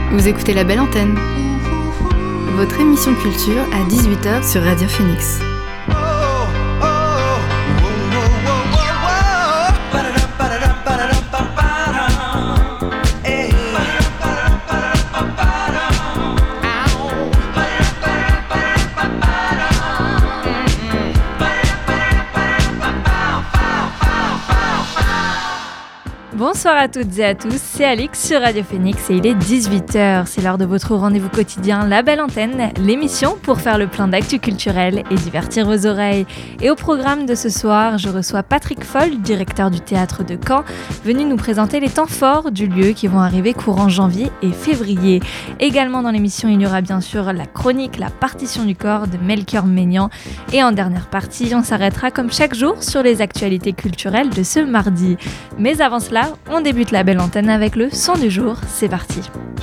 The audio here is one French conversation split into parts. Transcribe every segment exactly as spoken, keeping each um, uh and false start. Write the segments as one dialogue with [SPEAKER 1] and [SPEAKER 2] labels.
[SPEAKER 1] Vous écoutez La Belle Antenne, votre émission culture à dix-huit heures sur Radio Phoenix.
[SPEAKER 2] Bonsoir à toutes et à tous, c'est Alix sur Radio Phoenix et il est dix-huit heures. C'est l'heure de votre rendez-vous quotidien La Belle Antenne, l'émission pour faire le plein d'actu culturel et divertir vos oreilles. Et au programme de ce soir, je reçois Patrick Foll, directeur du théâtre de Caen, venu nous présenter les temps forts du lieu qui vont arriver courant janvier et février. Également dans l'émission, il y aura bien sûr la chronique La partition du corps de Melchior Maignan. Et en dernière partie, on s'arrêtera comme chaque jour sur les actualités culturelles de ce mardi. Mais avant cela, on débute La Belle Antenne avec le son du jour, c'est parti.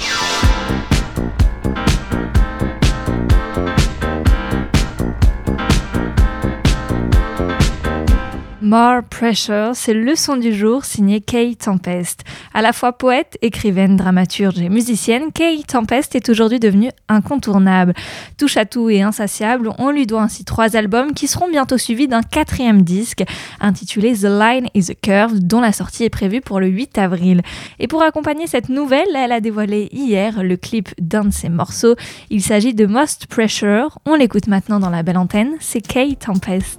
[SPEAKER 2] More Pressure, c'est le son du jour signé Kay Tempest. À la fois poète, écrivaine, dramaturge et musicienne, Kay Tempest est aujourd'hui devenue incontournable. Touche à tout et insatiable, on lui doit ainsi trois albums qui seront bientôt suivis d'un quatrième disque intitulé The Line is a Curve, dont la sortie est prévue pour le huit avril. Et pour accompagner cette nouvelle, elle a dévoilé hier le clip d'un de ses morceaux. Il s'agit de Most Pressure. On l'écoute maintenant dans La Belle Antenne, c'est Kay Tempest.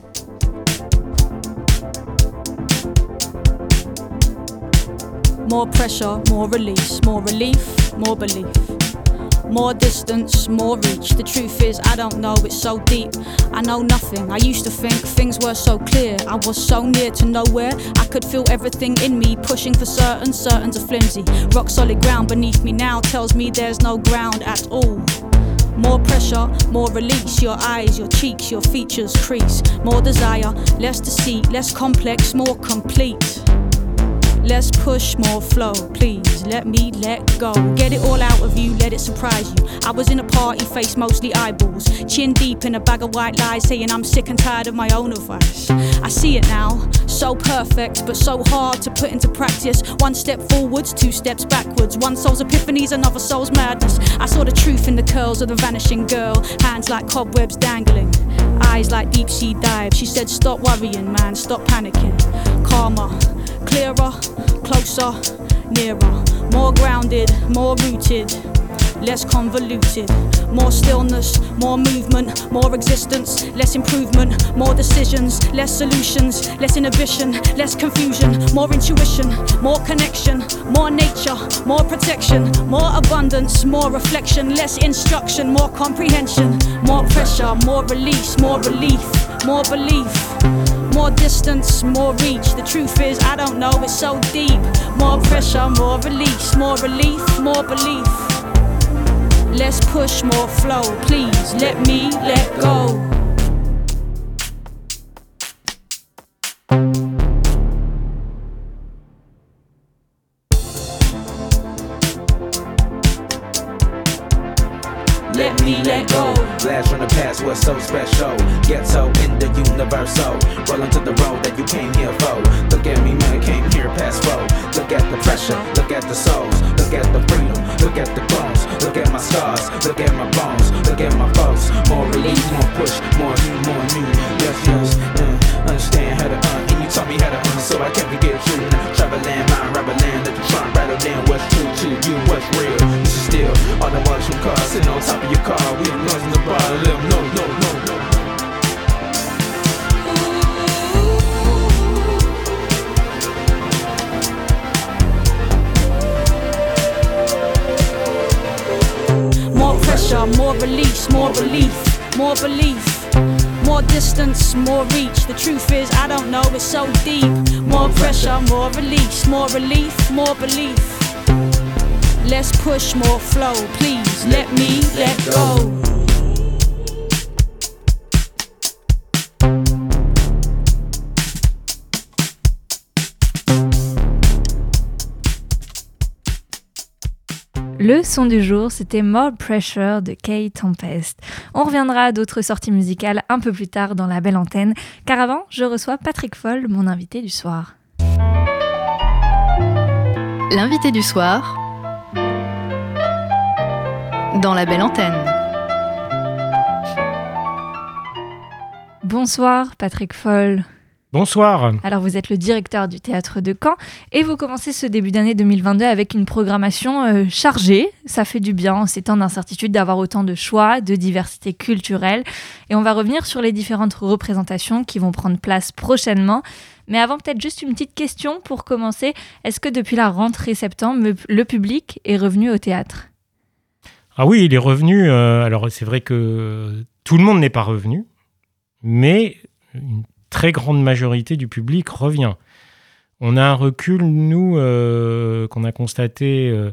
[SPEAKER 3] More pressure, more release, more relief, more belief. More distance, more reach. The truth is, I don't know, it's so deep. I know nothing. I used to think things were so clear. I was so near to nowhere. I could feel everything in me, pushing for certain, certain's are flimsy. Rock solid ground beneath me now tells me there's no ground at all. More pressure, more release. Your eyes, your cheeks, your features crease. More desire, less deceit, less complex, more complete. Less push, more flow, please let me let go. Get it all out of you, let it surprise you. I was in a party, face mostly eyeballs, chin deep in a bag of white lies, saying I'm sick and tired of my own advice. I see it now, so perfect, but so hard to put into practice. One step forwards, two steps backwards. One soul's epiphanies, another soul's madness. I saw the truth in the curls of the vanishing girl, hands like cobwebs dangling, eyes like deep sea dives. She said stop worrying man, stop panicking. Calmer, clearer, closer, nearer. More grounded, more rooted, less convoluted. More stillness, more movement, more existence, less improvement. More decisions, less solutions, less inhibition, less confusion. More intuition, more connection, more nature, more protection. More abundance, more reflection, less instruction, more comprehension. More pressure, more release, more relief, more belief. More distance, more reach. The truth is, I don't know, it's so deep. More pressure, more release, more relief, more belief. Less push, more flow. Please let me let go. Let me let go.
[SPEAKER 4] Blast from the past was so special. Ghetto in the universal. Rolling to the road that you came here for. Look at me, man, came here past four. Look at the pressure, look at the souls. Look at the freedom, look at the bones. Look at my scars, look at my bones. Look at my folks. More relief, more push, more you, more new. Yes, yes, uh, understand how to uh. And you taught me how to uh, so I can't forget you. Travel land, mind, rubber land. Let the trunk rattle down what's true to you, what's real. This is still all the ones from cars sitting on top of your car. We have noise in the bar, let them know, no, no, no.
[SPEAKER 3] More pressure, more release, more relief, more belief. More distance, more reach. The truth is, I don't know, it's so deep. More pressure, more release, more relief, more belief. Less push, more flow. Please let me let go.
[SPEAKER 2] Le son du jour, c'était More Pressure de Kay Tempest. On reviendra à d'autres sorties musicales un peu plus tard dans La Belle Antenne, car avant, je reçois Patrick Foll, mon invité du soir.
[SPEAKER 1] L'invité du soir dans la belle antenne.
[SPEAKER 2] Bonsoir Patrick Foll.
[SPEAKER 5] Bonsoir.
[SPEAKER 2] Alors vous êtes le directeur du théâtre de Caen et vous commencez ce début d'année deux mille vingt-deux avec une programmation euh, chargée. Ça fait du bien en ces temps d'incertitude d'avoir autant de choix, de diversité culturelle. Et on va revenir sur les différentes représentations qui vont prendre place prochainement. Mais avant, peut-être juste une petite question pour commencer. Est-ce que depuis la rentrée septembre, le public est revenu au théâtre ?
[SPEAKER 5] Ah oui, il est revenu. Euh, alors c'est vrai que tout le monde n'est pas revenu, mais une très grande majorité du public revient. On a un recul, nous, euh, qu'on a constaté, euh,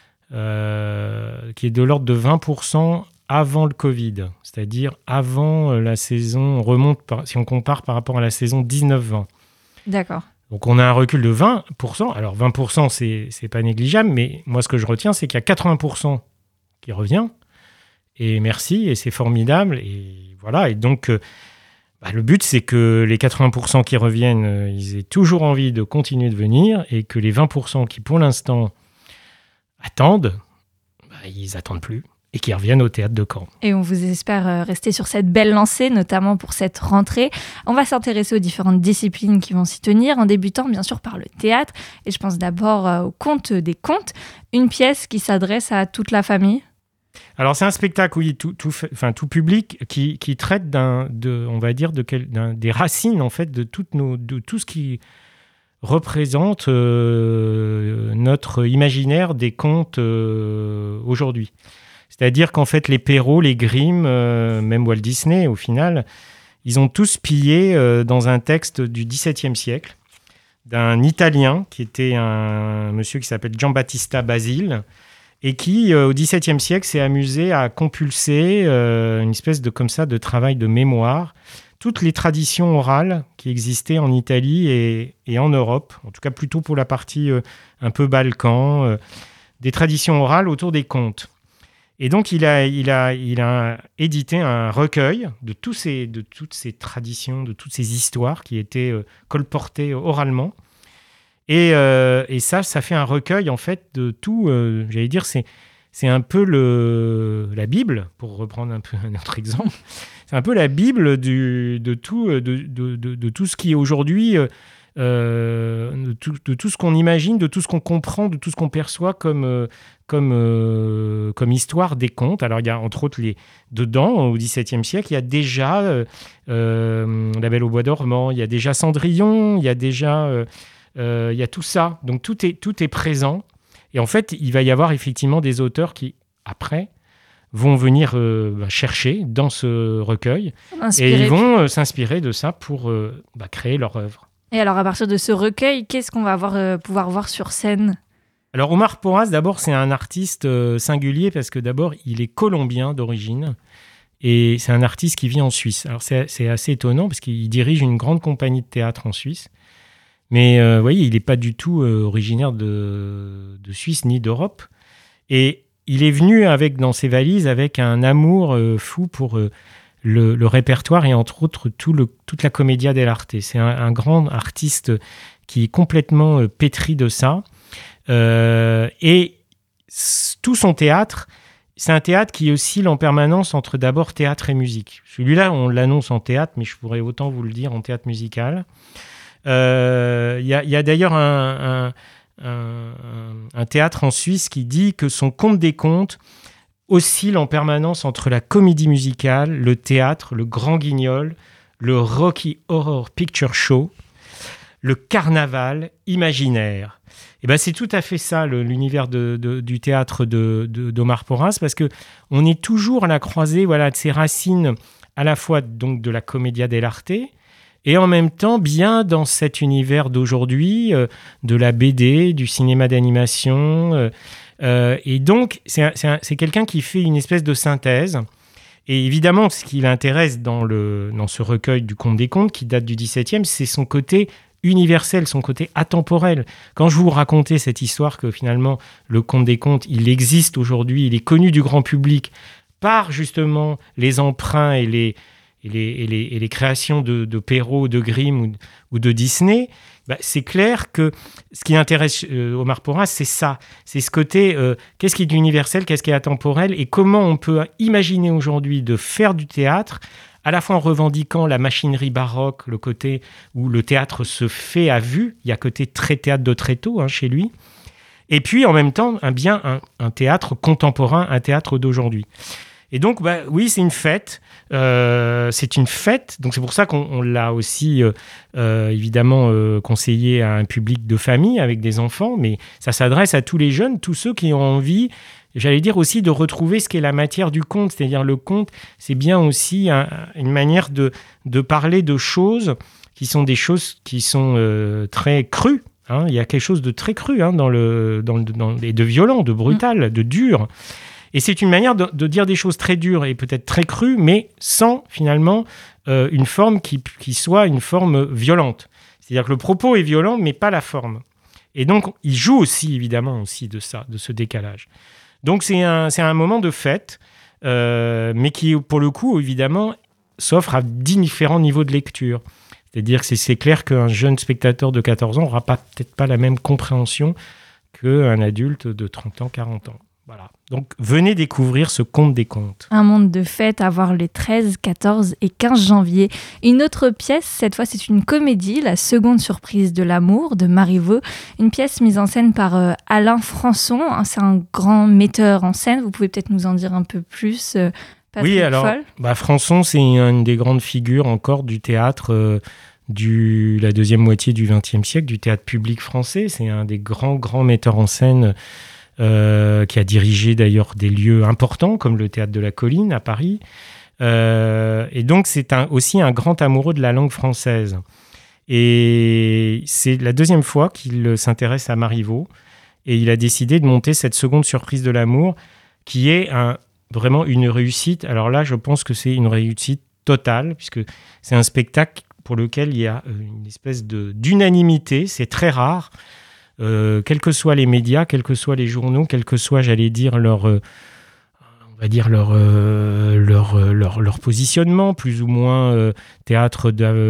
[SPEAKER 5] euh, qui est de l'ordre de vingt pour cent avant le Covid, c'est-à-dire avant la saison, on remonte, par, si on compare par rapport à la saison dix-neuf vingt.
[SPEAKER 2] D'accord.
[SPEAKER 5] Donc on a un recul de vingt pour cent. Alors vingt pour cent, c'est, c'est pas négligeable, mais moi ce que je retiens, c'est qu'il y a quatre-vingts pour cent qui revient. Et merci, et c'est formidable. Et voilà, et donc... Euh, Bah, le but, c'est que les quatre-vingts pour cent qui reviennent, euh, ils aient toujours envie de continuer de venir et que les vingt pour cent qui, pour l'instant, attendent, bah, ils attendent plus et qu'ils reviennent au théâtre de Caen.
[SPEAKER 2] Et on vous espère euh, rester sur cette belle lancée, notamment pour cette rentrée. On va s'intéresser aux différentes disciplines qui vont s'y tenir, en débutant bien sûr par le théâtre. Et je pense d'abord euh, au Conte des Contes, une pièce qui s'adresse à toute la famille.
[SPEAKER 5] Alors c'est un spectacle, oui, tout, tout, enfin, tout public qui, qui traite d'un, de, on va dire, de quel, d'un, des racines en fait de, toutes nos, de tout ce qui représente euh, notre imaginaire des contes euh, aujourd'hui. C'est-à-dire qu'en fait les Perrault, les Grimm, euh, même Walt Disney au final, ils ont tous pillé euh, dans un texte du dix-septième siècle d'un Italien qui était un monsieur qui s'appelle Giambattista Basile, et qui, euh, au dix-septième siècle, s'est amusé à compulser euh, une espèce de, comme ça, de travail de mémoire, toutes les traditions orales qui existaient en Italie et, et en Europe, en tout cas plutôt pour la partie euh, un peu Balkan, euh, des traditions orales autour des contes. Et donc, il a, il a, il a édité un recueil de, tous ces, de toutes ces traditions, de toutes ces histoires qui étaient euh, colportées oralement. Et, euh, et ça, ça fait un recueil, en fait, de tout. Euh, j'allais dire, c'est, c'est un peu le, la Bible, pour reprendre un peu un autre exemple. C'est un peu la Bible du, de, tout, de, de, de, de tout ce qui est aujourd'hui, euh, de, tout, de tout ce qu'on imagine, de tout ce qu'on comprend, de tout ce qu'on perçoit comme, comme, euh, comme histoire des contes. Alors, il y a, entre autres, les, dedans, au dix-septième siècle, il y a déjà euh, euh, La Belle au bois dormant, il y a déjà Cendrillon, il y a déjà... Euh, Il euh, y a tout ça, donc tout est, tout est présent. Et en fait, il va y avoir effectivement des auteurs qui, après, vont venir euh, bah, chercher dans ce recueil. Inspiré. Et ils vont euh, s'inspirer de ça pour euh, bah, créer leur œuvre.
[SPEAKER 2] Et alors, à partir de ce recueil, qu'est-ce qu'on va avoir, euh, pouvoir voir sur scène ?
[SPEAKER 5] Alors, Omar Porras, d'abord, c'est un artiste euh, singulier parce que d'abord, il est colombien d'origine. Et c'est un artiste qui vit en Suisse. Alors, c'est, c'est assez étonnant parce qu'il dirige une grande compagnie de théâtre en Suisse. Mais euh, vous voyez, il n'est pas du tout euh, originaire de, de Suisse ni d'Europe. Et il est venu avec, dans ses valises avec un amour euh, fou pour euh, le, le répertoire et entre autres tout le, toute la commedia dell'arte. C'est un, un grand artiste qui est complètement euh, pétri de ça. Euh, et c- tout son théâtre, c'est un théâtre qui oscille en permanence entre d'abord théâtre et musique. Celui-là, on l'annonce en théâtre, mais je pourrais autant vous le dire en théâtre musical. Il euh, y, y a d'ailleurs un, un, un, un théâtre en Suisse qui dit que son Conte des Contes oscille en permanence entre la comédie musicale, le théâtre, le Grand Guignol, le Rocky Horror Picture Show, le carnaval imaginaire. Et ben c'est tout à fait ça, le, l'univers de, de, du théâtre de, de, d'Omar Porras, parce qu'on est toujours à la croisée voilà, de ses racines, à la fois donc, de la commedia dell'arte, et en même temps, bien dans cet univers d'aujourd'hui, euh, de la B D, du cinéma d'animation. Euh, euh, et donc, c'est, un, c'est, un, c'est quelqu'un qui fait une espèce de synthèse. Et évidemment, ce qui l'intéresse dans, le, dans ce recueil du Conte des Contes, qui date du dix-septième, c'est son côté universel, son côté atemporel. Quand je vous racontais cette histoire que finalement, le Conte des Contes, il existe aujourd'hui, il est connu du grand public par justement les emprunts et les... et, les, et, les, et les créations de, de Perrault, de Grimm ou, ou de Disney, bah, c'est clair que ce qui intéresse euh, Omar Porras, c'est ça. C'est ce côté, euh, qu'est-ce qui est universel, qu'est-ce qui est atemporel, et comment on peut imaginer aujourd'hui de faire du théâtre, à la fois en revendiquant la machinerie baroque, le côté où le théâtre se fait à vue, il y a côté très théâtre de Tréteau hein, chez lui, et puis en même temps, un, bien un, un théâtre contemporain, un théâtre d'aujourd'hui. Et donc, bah, oui, c'est une fête. Euh, c'est une fête. Donc, c'est pour ça qu'on on l'a aussi, euh, euh, évidemment, euh, conseillé à un public de famille avec des enfants. Mais ça s'adresse à tous les jeunes, tous ceux qui ont envie, j'allais dire aussi, de retrouver ce qu'est la matière du conte. C'est-à-dire, le conte, c'est bien aussi un, une manière de, de parler de choses qui sont des choses qui sont euh, très crues. Hein. Il y a quelque chose de très cru hein, dans le, dans le, dans, et de violent, de brutal, de dur. Et c'est une manière de, de dire des choses très dures et peut-être très crues, mais sans finalement euh, une forme qui, qui soit une forme violente. C'est-à-dire que le propos est violent, mais pas la forme. Et donc, il joue aussi, évidemment, aussi de ça, de ce décalage. Donc, c'est un, c'est un moment de fête, euh, mais qui, pour le coup, évidemment, s'offre à différents niveaux de lecture. C'est-à-dire que c'est, c'est clair qu'un jeune spectateur de quatorze ans n'aura pas, peut-être pas la même compréhension qu'un adulte de trente ans, quarante ans. Voilà. Donc, venez découvrir ce conte des contes.
[SPEAKER 2] Un monde de fêtes à voir les treize, quatorze et quinze janvier. Une autre pièce, cette fois c'est une comédie, La seconde surprise de l'amour de Marivaux. Une pièce mise en scène par euh, Alain Françon. C'est un grand metteur en scène. Vous pouvez peut-être nous en dire un peu plus, euh, Patrick
[SPEAKER 5] Oui, alors, bah, Françon, c'est une des grandes figures encore du théâtre euh, de la deuxième moitié du vingtième siècle, du théâtre public français. C'est un des grands, grands metteurs en scène Euh, qui a dirigé d'ailleurs des lieux importants comme le Théâtre de la Colline à Paris. Euh, et donc, c'est un, aussi un grand amoureux de la langue française. Et c'est la deuxième fois qu'il s'intéresse à Marivaux. Et il a décidé de monter cette seconde surprise de l'amour qui est un, vraiment une réussite. Alors là, je pense que c'est une réussite totale puisque c'est un spectacle pour lequel il y a une espèce de, d'unanimité. C'est très rare. Euh, quels que soient les médias, quels que soient les journaux, quel que soit, j'allais dire, leur, euh, on va dire leur, euh, leur, euh, leur, leur positionnement, plus ou moins euh, théâtre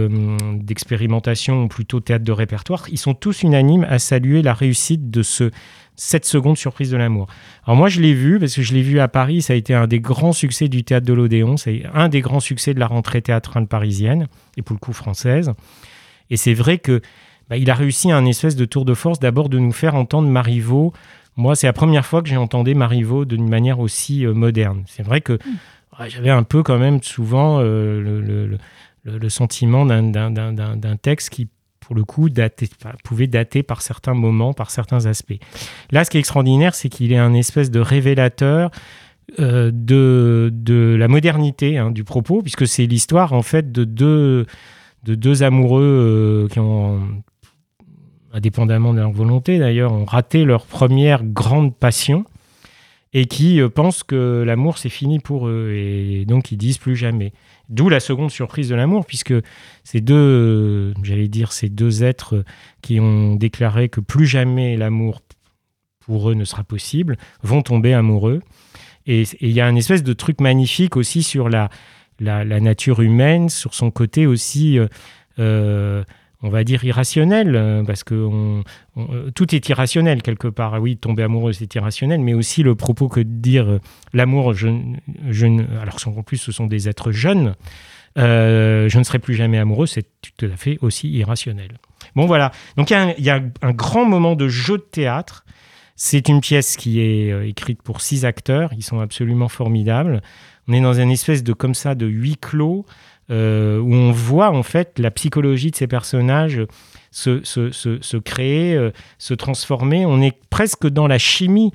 [SPEAKER 5] d'expérimentation ou plutôt théâtre de répertoire, ils sont tous unanimes à saluer la réussite de ce, cette seconde surprise de l'amour. Alors moi, je l'ai vu, parce que je l'ai vu à Paris, ça a été un des grands succès du théâtre de l'Odéon, c'est un des grands succès de la rentrée théâtrale parisienne, et pour le coup française. Et c'est vrai que Bah, il a réussi un espèce de tour de force, d'abord de nous faire entendre Marivaux. Moi, c'est la première fois que j'ai entendu Marivaux d'une manière aussi euh, moderne. C'est vrai que mmh. ouais, j'avais un peu quand même souvent euh, le, le, le, le sentiment d'un, d'un, d'un, d'un texte qui, pour le coup, datait, pouvait dater par certains moments, par certains aspects. Là, ce qui est extraordinaire, c'est qu'il est un espèce de révélateur euh, de, de la modernité hein, du propos, puisque c'est l'histoire, en fait, de deux, de deux amoureux euh, qui ont... indépendamment de leur volonté d'ailleurs, ont raté leur première grande passion et qui euh, pensent que l'amour c'est fini pour eux et donc ils disent plus jamais. D'où la seconde surprise de l'amour, puisque ces deux, euh, j'allais dire, ces deux êtres qui ont déclaré que plus jamais l'amour pour eux ne sera possible, vont tomber amoureux. Et il y a un espèce de truc magnifique aussi sur la, la, la nature humaine, sur son côté aussi... Euh, euh, on va dire irrationnel, parce que on, on, tout est irrationnel quelque part. Oui, tomber amoureux, c'est irrationnel, mais aussi le propos que de dire euh, l'amour, je, je, alors en plus ce sont des êtres jeunes, euh, je ne serai plus jamais amoureux, c'est tout à fait aussi irrationnel. Bon voilà, donc il y a un, il y a un grand moment de jeu de théâtre. C'est une pièce qui est euh, écrite pour six acteurs, ils sont absolument formidables. On est dans une espèce de comme ça de huis clos, Euh, où on voit en fait la psychologie de ces personnages se, se, se, se créer, euh, se transformer. On est presque dans la chimie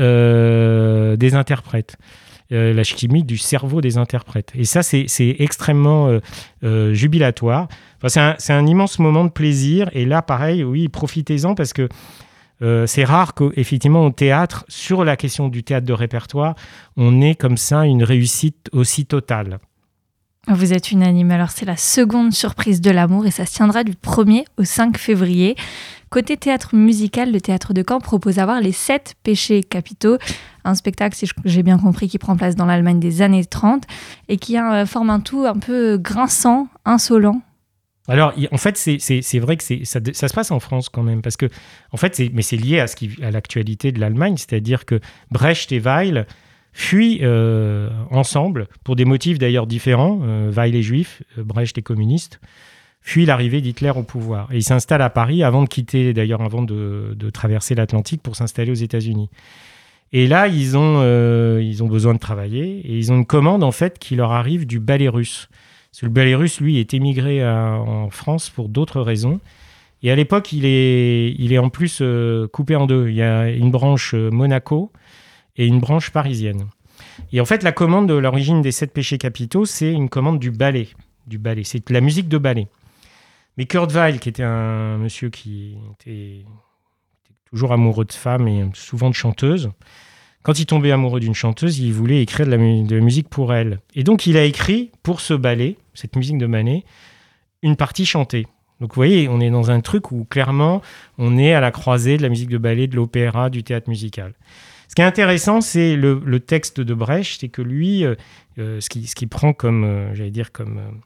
[SPEAKER 5] euh, des interprètes, euh, la chimie du cerveau des interprètes. Et ça, c'est, c'est extrêmement euh, euh, jubilatoire. Enfin, c'est, un, c'est un immense moment de plaisir. Et là, pareil, oui, profitez-en parce que Euh, c'est rare qu'effectivement au théâtre, sur la question du théâtre de répertoire, on ait comme ça une réussite aussi totale.
[SPEAKER 2] Vous êtes unanime, alors c'est la seconde surprise de l'amour et ça se tiendra du premier au cinq février. Côté théâtre musical, le Théâtre de Caen propose d'avoir les sept péchés capitaux, un spectacle, si j'ai bien compris, qui prend place dans l'Allemagne des années trente et qui euh, forme un tout un peu grinçant, insolent.
[SPEAKER 5] Alors, en fait, c'est, c'est, c'est vrai que c'est, ça, ça se passe en France quand même, parce que, en fait, c'est, mais c'est lié à, ce qui, à l'actualité de l'Allemagne, c'est-à-dire que Brecht et Weil fuient euh, ensemble, pour des motifs d'ailleurs différents. Euh, Weil est juif, Brecht est communiste, fuient l'arrivée d'Hitler au pouvoir. Et ils s'installent à Paris avant de quitter, d'ailleurs avant de, de traverser l'Atlantique pour s'installer aux États-Unis. Et là, ils ont, euh, ils ont besoin de travailler, et ils ont une commande, en fait, qui leur arrive du ballet russe. Parce que le ballet russe, lui, est émigré à, en France pour d'autres raisons. Et à l'époque, il est, il est en plus euh, coupé en deux. Il y a une branche euh, Monaco et une branche parisienne. Et en fait, la commande de l'origine des sept péchés capitaux, c'est une commande du ballet. Du ballet. C'est la musique de ballet. Mais Kurt Weill, qui était un monsieur qui était, était toujours amoureux de femmes et souvent de chanteuses, quand il tombait amoureux d'une chanteuse, il voulait écrire de la, mu- de la musique pour elle. Et donc, il a écrit, pour ce ballet, cette musique de ballet, une partie chantée. Donc, vous voyez, on est dans un truc où, clairement, on est à la croisée de la musique de ballet, de l'opéra, du théâtre musical. Ce qui est intéressant, c'est le, le texte de Brecht, c'est que lui, euh, ce qu'il ce qui prend comme, euh, j'allais dire, comme, euh,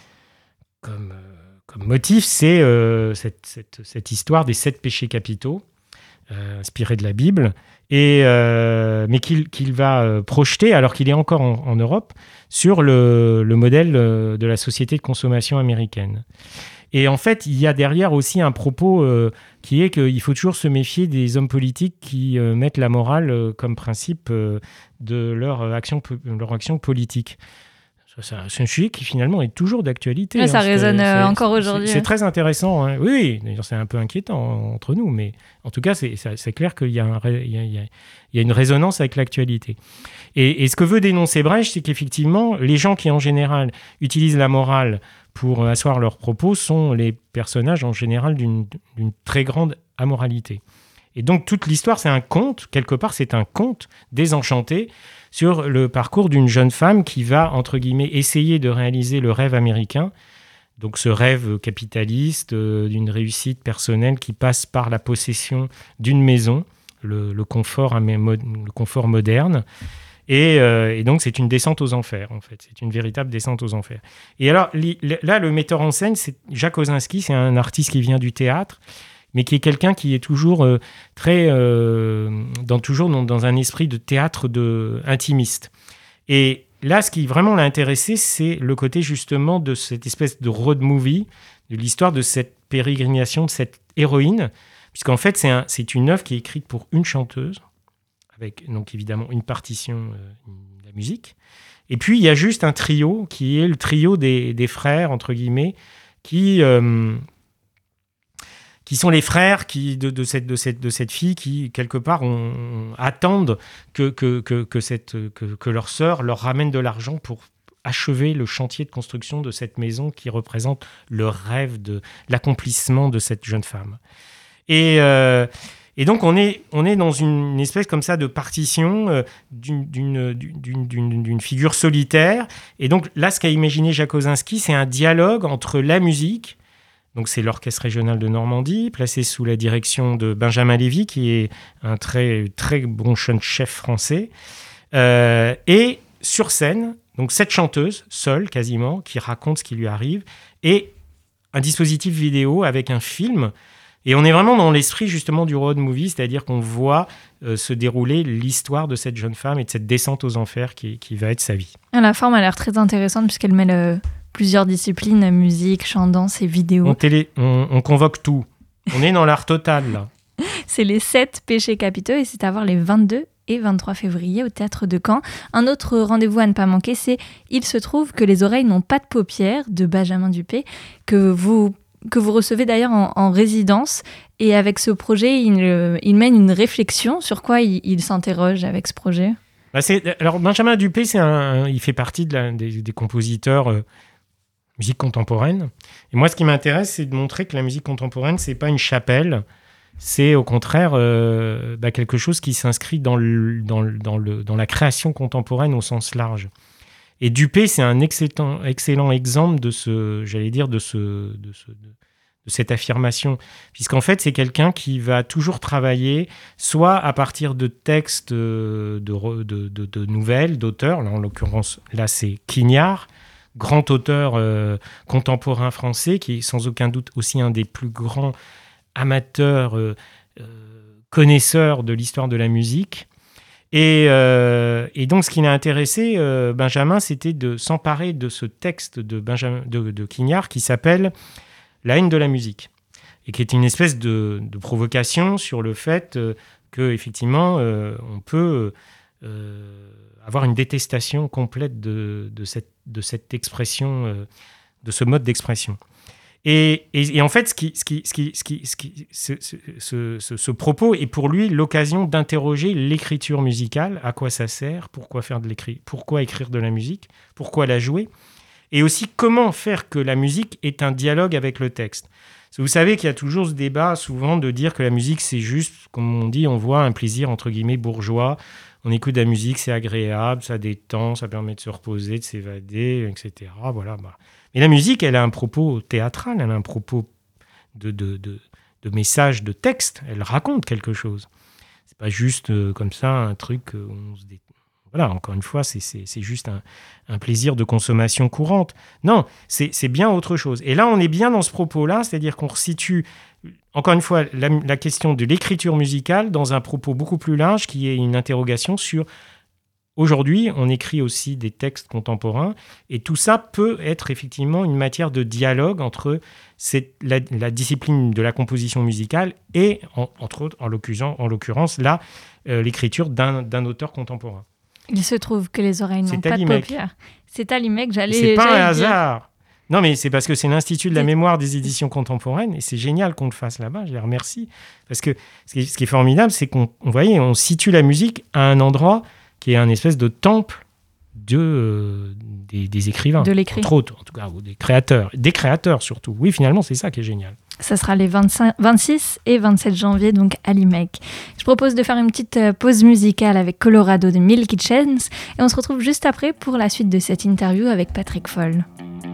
[SPEAKER 5] comme, euh, comme motif, c'est euh, cette, cette, cette histoire des sept péchés capitaux, euh, inspirée de la Bible, et, euh, mais qu'il, qu'il va euh, projeter, alors qu'il est encore en, en Europe, sur le, le modèle euh, de la société de consommation américaine. Et en fait, il y a derrière aussi un propos euh, qui est qu'il faut toujours se méfier des hommes politiques qui euh, mettent la morale euh, comme principe euh, de leur action, leur action politique. Ça, c'est un sujet qui finalement est toujours d'actualité.
[SPEAKER 2] Ouais,
[SPEAKER 5] hein.
[SPEAKER 2] Ça
[SPEAKER 5] c'est,
[SPEAKER 2] résonne
[SPEAKER 5] c'est,
[SPEAKER 2] encore aujourd'hui.
[SPEAKER 5] C'est, c'est très intéressant. Hein. Oui, oui, d'ailleurs c'est un peu inquiétant entre nous, mais en tout cas, c'est, c'est, c'est clair qu'il y a, un, il y a, il y a une résonance avec l'actualité. Et, et ce que veut dénoncer Brecht, c'est qu'effectivement, les gens qui en général utilisent la morale pour asseoir leurs propos sont les personnages en général d'une, d'une très grande amoralité. Et donc toute l'histoire, c'est un conte, quelque part c'est un conte désenchanté sur le parcours d'une jeune femme qui va, entre guillemets, essayer de réaliser le rêve américain, donc ce rêve capitaliste, euh, d'une réussite personnelle qui passe par la possession d'une maison, le, le, confort, le confort moderne. Et, euh, et donc, c'est une descente aux enfers, en fait. C'est une véritable descente aux enfers. Et alors, li, là, le metteur en scène, c'est Jacques Osinski, c'est un artiste qui vient du théâtre, mais qui est quelqu'un qui est toujours euh, très euh, dans toujours dans, dans un esprit de théâtre de intimiste. Et là, ce qui vraiment l'a intéressé, c'est le côté justement de cette espèce de road movie, de l'histoire de cette pérégrination de cette héroïne, puisqu'en fait, c'est, un, c'est une œuvre qui est écrite pour une chanteuse, avec donc évidemment une partition euh, de la musique. Et puis, il y a juste un trio qui est le trio des, des frères, entre guillemets, qui... Euh, qui sont les frères qui, de, de, cette, de, cette, de cette fille qui, quelque part, on, on, attendent que, que, que, que, cette, que, que leur sœur leur ramène de l'argent pour achever le chantier de construction de cette maison qui représente le rêve de l'accomplissement de cette jeune femme. Et, euh, et donc, on est, on est dans une, une espèce comme ça de partition euh, d'une, d'une, d'une, d'une, d'une figure solitaire. Et donc, là, ce qu'a imaginé Jacques Osinski, c'est un dialogue entre la musique. Donc, c'est l'Orchestre régional de Normandie, placé sous la direction de Benjamin Lévy, qui est un très, très bon chef français. Euh, et sur scène, donc cette chanteuse, seule quasiment, qui raconte ce qui lui arrive, et un dispositif vidéo avec un film. Et on est vraiment dans l'esprit justement du road movie, c'est-à-dire qu'on voit euh, se dérouler l'histoire de cette jeune femme et de cette descente aux enfers qui, qui va être sa vie.
[SPEAKER 2] La forme a l'air très intéressante puisqu'elle mêle... Euh... plusieurs disciplines, musique, chant, danse et vidéo.
[SPEAKER 5] On, télé, on, on convoque tout. On est dans l'art total, là.
[SPEAKER 2] C'est les sept péchés capitaux et c'est à voir les vingt-deux et vingt-trois février au Théâtre de Caen. Un autre rendez-vous à ne pas manquer, c'est « Il se trouve que les oreilles n'ont pas de paupières » de Benjamin Dupé, que vous, que vous recevez d'ailleurs en, en résidence. Et avec ce projet, il, il mène une réflexion. Sur quoi il, il s'interroge avec ce projet ?
[SPEAKER 5] Bah c'est, alors, Benjamin Dupé, c'est un, il fait partie de la, des, des compositeurs... Euh, musique contemporaine. Et moi, ce qui m'intéresse, c'est de montrer que la musique contemporaine, c'est pas une chapelle, c'est au contraire euh, bah, quelque chose qui s'inscrit dans, le, dans, le, dans, le, dans la création contemporaine au sens large. Et Dupé, c'est un excellent, excellent exemple de ce, j'allais dire, de ce, de ce, de, de cette affirmation, puisqu'en fait, c'est quelqu'un qui va toujours travailler soit à partir de textes de, de, de, de, de nouvelles, d'auteurs, là, en l'occurrence, là, c'est Quignard, grand auteur euh, contemporain français, qui est sans aucun doute aussi un des plus grands amateurs, euh, euh, connaisseurs de l'histoire de la musique. Et, euh, et donc, ce qui l'a intéressé, euh, Benjamin, c'était de s'emparer de ce texte de, Benjamin, de, de Quignard qui s'appelle « La haine de la musique » et qui est une espèce de, de provocation sur le fait euh, qu'effectivement, euh, on peut euh, avoir une détestation complète de, de, cette, de cette expression, euh, de ce mode d'expression. Et, et, et en fait, ce, qui, ce, qui, ce, qui, ce, qui, ce, qui, ce, ce, ce, ce propos est pour lui l'occasion d'interroger l'écriture musicale, à quoi ça sert, pourquoi faire de l'écrit, pourquoi écrire de la musique, pourquoi la jouer, et aussi comment faire que la musique ait un dialogue avec le texte. Vous savez qu'il y a toujours ce débat souvent de dire que la musique, c'est juste, comme on dit, on voit un plaisir entre guillemets bourgeois, on écoute de la musique, c'est agréable, ça détend, ça permet de se reposer, de s'évader, et cetera. Voilà, bah. Mais la musique, elle a un propos théâtral, elle a un propos de, de, de, de message, de texte. Elle raconte quelque chose. C'est pas juste euh, comme ça un truc où on se dé... Voilà, encore une fois, c'est, c'est, c'est juste un, un plaisir de consommation courante. Non, c'est, c'est bien autre chose. Et là, on est bien dans ce propos-là, c'est-à-dire qu'on resitue, encore une fois, la, la question de l'écriture musicale dans un propos beaucoup plus large qui est une interrogation sur... Aujourd'hui, on écrit aussi des textes contemporains et tout ça peut être effectivement une matière de dialogue entre cette, la, la discipline de la composition musicale et, en, entre autres, en l'occurrence, en l'occurrence là, euh, l'écriture d'un, d'un auteur contemporain.
[SPEAKER 2] Il se trouve que les oreilles n'ont pas de paupières. C'est Alimec, j'allais
[SPEAKER 5] C'est pas
[SPEAKER 2] j'allais
[SPEAKER 5] un
[SPEAKER 2] dire.
[SPEAKER 5] hasard. Non, mais c'est parce que c'est l'Institut de la
[SPEAKER 2] C'est...
[SPEAKER 5] mémoire des éditions contemporaines et c'est génial qu'on le fasse là-bas, je les remercie. Parce que ce qui est, ce qui est formidable, c'est qu'on on, voyez, on situe la musique à un endroit qui est un espèce de temple de, euh, des, des écrivains,
[SPEAKER 2] de l'écrit.
[SPEAKER 5] Entre autres, en tout cas, ou des créateurs. Des créateurs, surtout. Oui, finalement, c'est ça qui est génial.
[SPEAKER 2] Ça sera les vingt-cinq, vingt-six et vingt-sept janvier, donc à l'I M E C. Je propose de faire une petite pause musicale avec Colorado de Milky Chance et on se retrouve juste après pour la suite de cette interview avec Patrick Foll.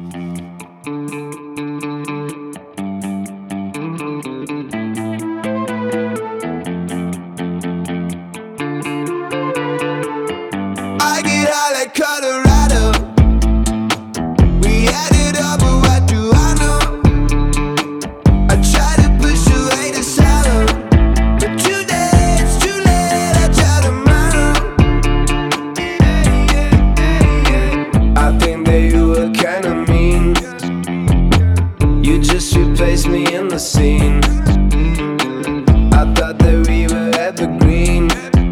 [SPEAKER 6] Colorado, we added up, but what do I know? I try to push away the sorrow, but today it's too late. I try tomorrow. I think that you were kinda mean. You just replaced me in the scene. I thought that we were evergreen,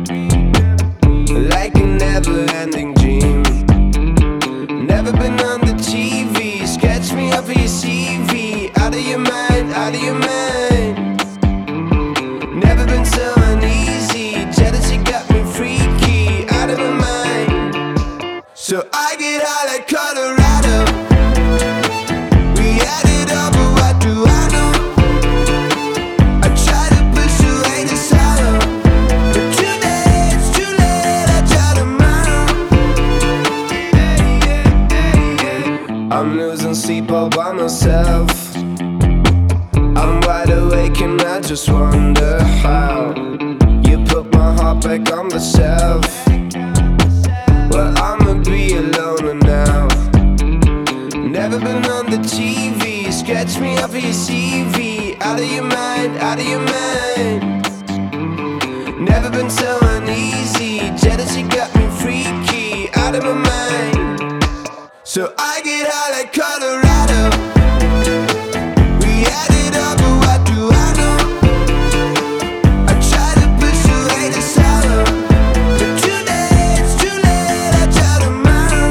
[SPEAKER 6] like a never-ending dream. Never been on the T V. Sketch me up for your C V. Out of your mind, out of your mind. Never been so uneasy. Jealousy got me freaky. Out of my mind. So I get high like Colorado. We added up, but what do I know? I try to push away the sorrow, but today it's too late. I try tomorrow. I'm losing sleep all by myself. I'm wide awake and I just wonder how you put my heart back on the shelf. Well, I'ma be alone now. Never been on the T V. Sketch me up for your C V. Out of your mind, out of your mind. Never been so uneasy. Jealousy got me freaky. Out of my mind. So I get high like Colorado. We added up, but what do I know? I try to push away the sorrow, but today it's too late. I try tomorrow.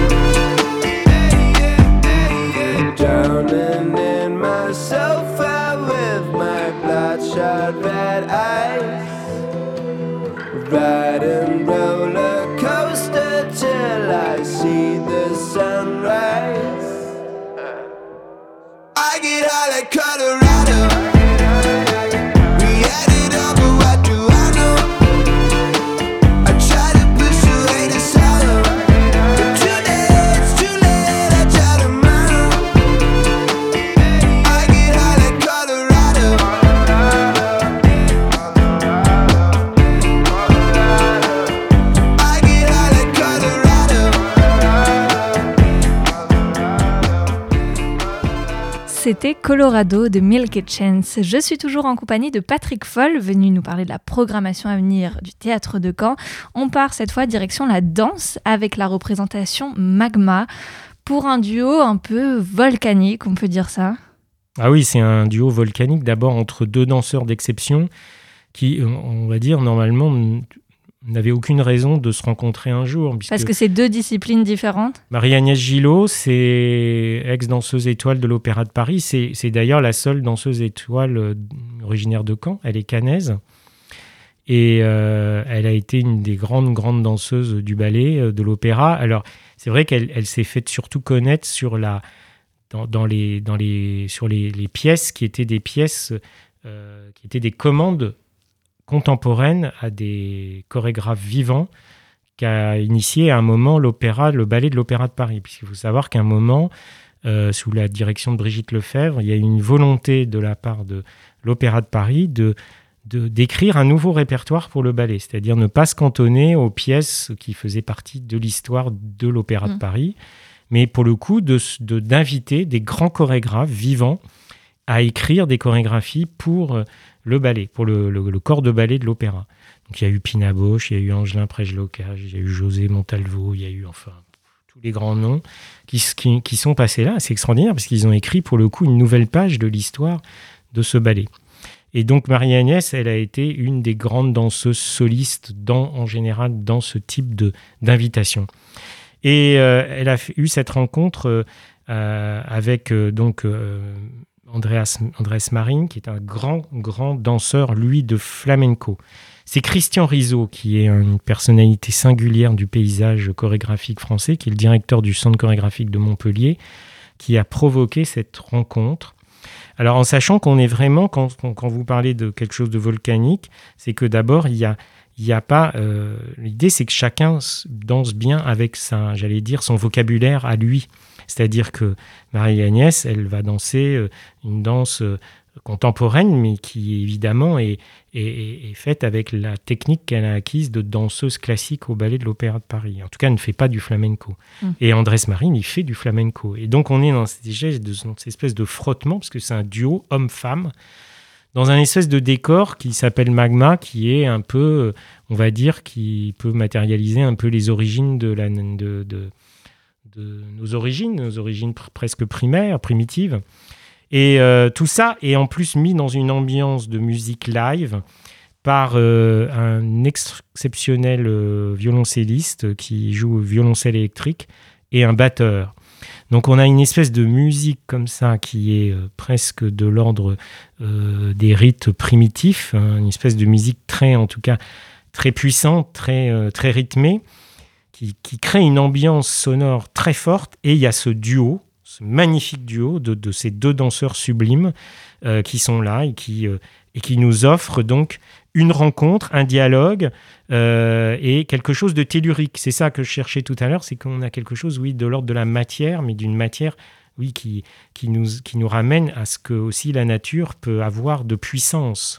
[SPEAKER 6] Drowning in my sofa with my bloodshot red eyes, riding roller coaster till I see the sunrise. I get high like Colorado. We added up, but what do I know? I try to push away the sorrow, but today it's too late. I try tomorrow. I get high like
[SPEAKER 2] c'était Colorado de Milky Chance. Je suis toujours en compagnie de Patrick Foll, venu nous parler de la programmation à venir du Théâtre de Caen. On part cette fois direction la danse avec la représentation Magma pour un duo un peu volcanique, on peut dire ça.
[SPEAKER 5] Ah oui, c'est un duo volcanique d'abord entre deux danseurs d'exception qui, on va dire, normalement n'avaient aucune raison de se rencontrer un jour.
[SPEAKER 2] Parce que c'est deux disciplines différentes.
[SPEAKER 5] Marie-Agnès Gillot, c'est ex-danseuse étoile de l'Opéra de Paris. C'est, c'est d'ailleurs la seule danseuse étoile euh, originaire de Caen. Elle est caennaise. Et euh, elle a été une des grandes, grandes danseuses du ballet, euh, de l'opéra. Alors, c'est vrai qu'elle elle s'est faite surtout connaître sur, la, dans, dans les, dans les, sur les, les pièces qui étaient des pièces, euh, qui étaient des commandes contemporaine à des chorégraphes vivants qu'a initié à un moment l'opéra, le ballet de l'Opéra de Paris. Puisqu'il faut savoir qu'à un moment, euh, sous la direction de Brigitte Lefebvre, il y a eu une volonté de la part de l'Opéra de Paris de, de, d'écrire un nouveau répertoire pour le ballet, c'est-à-dire ne pas se cantonner aux pièces qui faisaient partie de l'histoire de l'Opéra mmh. de Paris, mais pour le coup de, de, d'inviter des grands chorégraphes vivants à écrire des chorégraphies pour le ballet, pour le, le, le corps de ballet de l'opéra. Donc il y a eu Pina Bausch, il y a eu Angelin Prège-Locage, il y a eu José Montalvo, il y a eu enfin tous les grands noms qui, qui, qui sont passés là. C'est extraordinaire parce qu'ils ont écrit pour le coup une nouvelle page de l'histoire de ce ballet. Et donc Marie-Agnès, elle a été une des grandes danseuses solistes dans, en général dans ce type de, d'invitation. Et euh, elle a eu cette rencontre euh, avec euh, donc... Euh, Andreas, Andrés Marín, qui est un grand, grand danseur, lui, de flamenco. C'est Christian Rizzo, qui est une personnalité singulière du paysage chorégraphique français, qui est le directeur du Centre chorégraphique de Montpellier, qui a provoqué cette rencontre. Alors, en sachant qu'on est vraiment, quand, quand vous parlez de quelque chose de volcanique, c'est que d'abord, il y a, il y a pas... Euh, l'idée, c'est que chacun danse bien avec sa, j'allais dire, son vocabulaire à lui. C'est-à-dire que Marie-Agnès, elle va danser une danse contemporaine, mais qui évidemment est, est, est faite avec la technique qu'elle a acquise de danseuse classique au ballet de l'Opéra de Paris. En tout cas, elle ne fait pas du flamenco. Mmh. Et Andrés Marín, il fait du flamenco. Et donc, on est dans cette espèce de, cette espèce de frottement, parce que c'est un duo homme-femme, dans un espèce de décor qui s'appelle Magma, qui est un peu, on va dire, qui peut matérialiser un peu les origines de la... De, de, de nos origines, nos origines pr- presque primaires, primitives. Et euh, tout ça est en plus mis dans une ambiance de musique live par euh, un exceptionnel euh, violoncelliste qui joue au violoncelle électrique et un batteur. Donc on a une espèce de musique comme ça qui est euh, presque de l'ordre euh, des rites primitifs, hein, une espèce de musique très, en tout cas, très puissante, très, euh, très rythmée, Qui, qui crée une ambiance sonore très forte. Et il y a ce duo, ce magnifique duo de, de ces deux danseurs sublimes euh, qui sont là et qui, euh, et qui nous offrent donc une rencontre, un dialogue euh, et quelque chose de tellurique. C'est ça que je cherchais tout à l'heure, c'est qu'on a quelque chose, oui, de l'ordre de la matière, mais d'une matière, oui, qui, qui, nous, qui nous ramène à ce que aussi la nature peut avoir de puissance.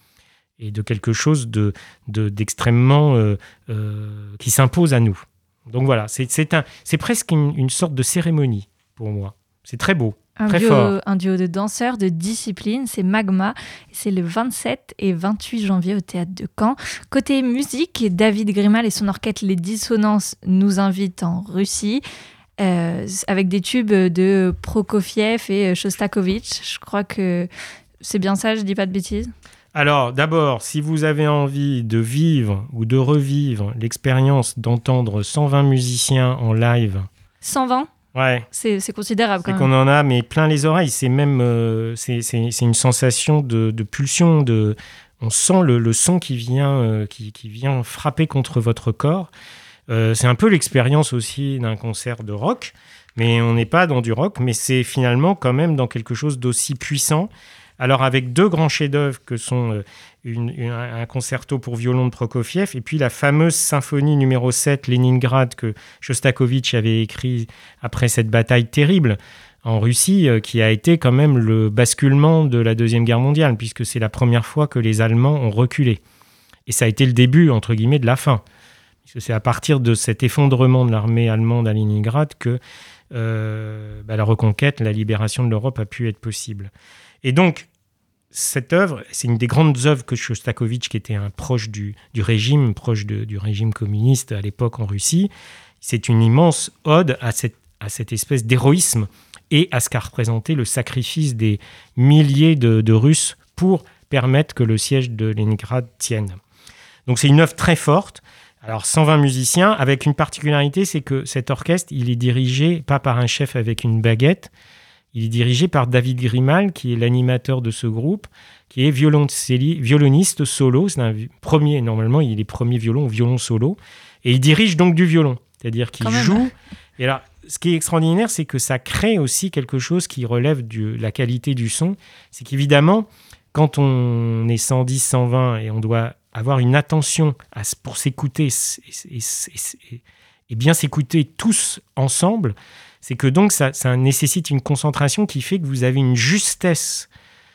[SPEAKER 5] Et de quelque chose de, de, d'extrêmement euh, euh, qui s'impose à nous. Donc voilà, c'est, c'est, un, c'est presque une, une sorte de cérémonie pour moi. C'est très beau,
[SPEAKER 2] un
[SPEAKER 5] très
[SPEAKER 2] duo,
[SPEAKER 5] fort.
[SPEAKER 2] Un duo de danseurs, de disciplines, c'est Magma. C'est le vingt-sept et vingt-huit janvier au Théâtre de Caen. Côté musique, David Grimal et son orchestre Les Dissonances nous invitent en Russie. Euh, avec des tubes de Prokofiev et Shostakovich. Je crois que c'est bien ça, je dis pas de bêtises.
[SPEAKER 5] Alors, d'abord, si vous avez envie de vivre ou de revivre l'expérience d'entendre cent vingt musiciens en live...
[SPEAKER 2] cent vingt ?
[SPEAKER 5] Ouais.
[SPEAKER 2] C'est, c'est considérable, quand
[SPEAKER 5] c'est
[SPEAKER 2] même.
[SPEAKER 5] qu'on en a, mais plein les oreilles. C'est même... Euh, c'est, c'est, c'est une sensation de, de pulsion. De, on sent le, le son qui vient, euh, qui, qui vient frapper contre votre corps. Euh, c'est un peu l'expérience aussi d'un concert de rock, mais on n'est pas dans du rock, mais c'est finalement quand même dans quelque chose d'aussi puissant. Alors avec deux grands chefs-d'œuvre que sont une, une, un concerto pour violon de Prokofiev et puis la fameuse symphonie numéro sept Leningrad que Shostakovich avait écrit après cette bataille terrible en Russie, qui a été quand même le basculement de la Deuxième Guerre mondiale, puisque c'est la première fois que les Allemands ont reculé. Et ça a été le début, entre guillemets, de la fin. C'est à partir de cet effondrement de l'armée allemande à Leningrad que euh, bah, la reconquête, la libération de l'Europe a pu être possible. Et donc, cette œuvre, c'est une des grandes œuvres que Shostakovich, qui était un proche du, du régime, proche de, du régime communiste à l'époque en Russie, c'est une immense ode à cette, à cette espèce d'héroïsme et à ce qu'a représenté le sacrifice des milliers de, de Russes pour permettre que le siège de Leningrad tienne. Donc c'est une œuvre très forte. Alors cent vingt musiciens, avec une particularité, c'est que cet orchestre, il est dirigé pas par un chef avec une baguette, il est dirigé par David Grimal, qui est l'animateur de ce groupe, qui est violoniste solo. C'est un premier, normalement, il est premier violon, violon solo. Et il dirige donc du violon. C'est-à-dire qu'il joue. Et alors, ce qui est extraordinaire, c'est que ça crée aussi quelque chose qui relève de la qualité du son. C'est qu'évidemment, quand on est cent dix, cent vingt et on doit avoir une attention à, pour s'écouter et, et, et, et bien s'écouter tous ensemble, c'est que donc ça, ça nécessite une concentration qui fait que vous avez une justesse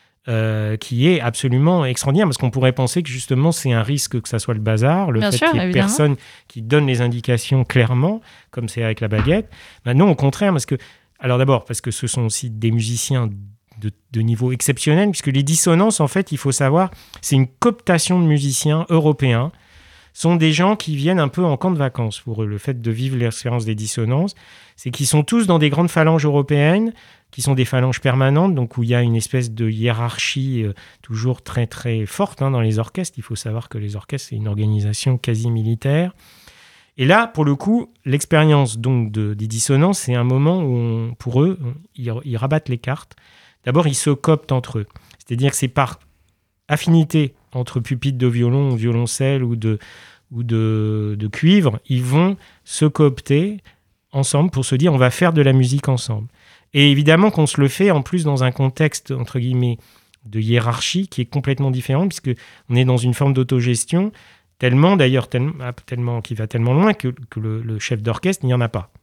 [SPEAKER 5] euh, qui est absolument extraordinaire, parce qu'on pourrait penser que justement c'est un risque que ça soit le bazar, le
[SPEAKER 2] Bien
[SPEAKER 5] fait
[SPEAKER 2] sûr,
[SPEAKER 5] qu'il y ait
[SPEAKER 2] évidemment.
[SPEAKER 5] personne qui donne les indications clairement, comme c'est avec la baguette. Ben non, au contraire, parce que, alors d'abord, parce que ce sont aussi des musiciens de, de niveau exceptionnel, puisque les dissonances, en fait, il faut savoir, c'est une cooptation de musiciens européens, sont des gens qui viennent un peu en camp de vacances pour eux. Le fait de vivre l'expérience des dissonances, c'est qu'ils sont tous dans des grandes phalanges européennes, qui sont des phalanges permanentes, donc où il y a une espèce de hiérarchie euh, toujours très très forte hein, dans les orchestres. Il faut savoir que les orchestres, c'est une organisation quasi militaire. Et là, pour le coup, l'expérience donc de, des dissonances, c'est un moment où, on, pour eux, on, ils, ils rabattent les cartes. D'abord, ils se cooptent entre eux. C'est-à-dire que c'est par affinité entre pupitres de violon, violoncelle ou de, ou de, de cuivre, ils vont se coopter ensemble pour se dire on va faire de la musique ensemble. Et évidemment qu'on se le fait en plus dans un contexte, entre guillemets, de hiérarchie qui est complètement différent, puisqu'on est dans une forme d'autogestion, tellement d'ailleurs, tellement, tellement, qui va tellement loin que, que le, le chef d'orchestre n'y en a pas.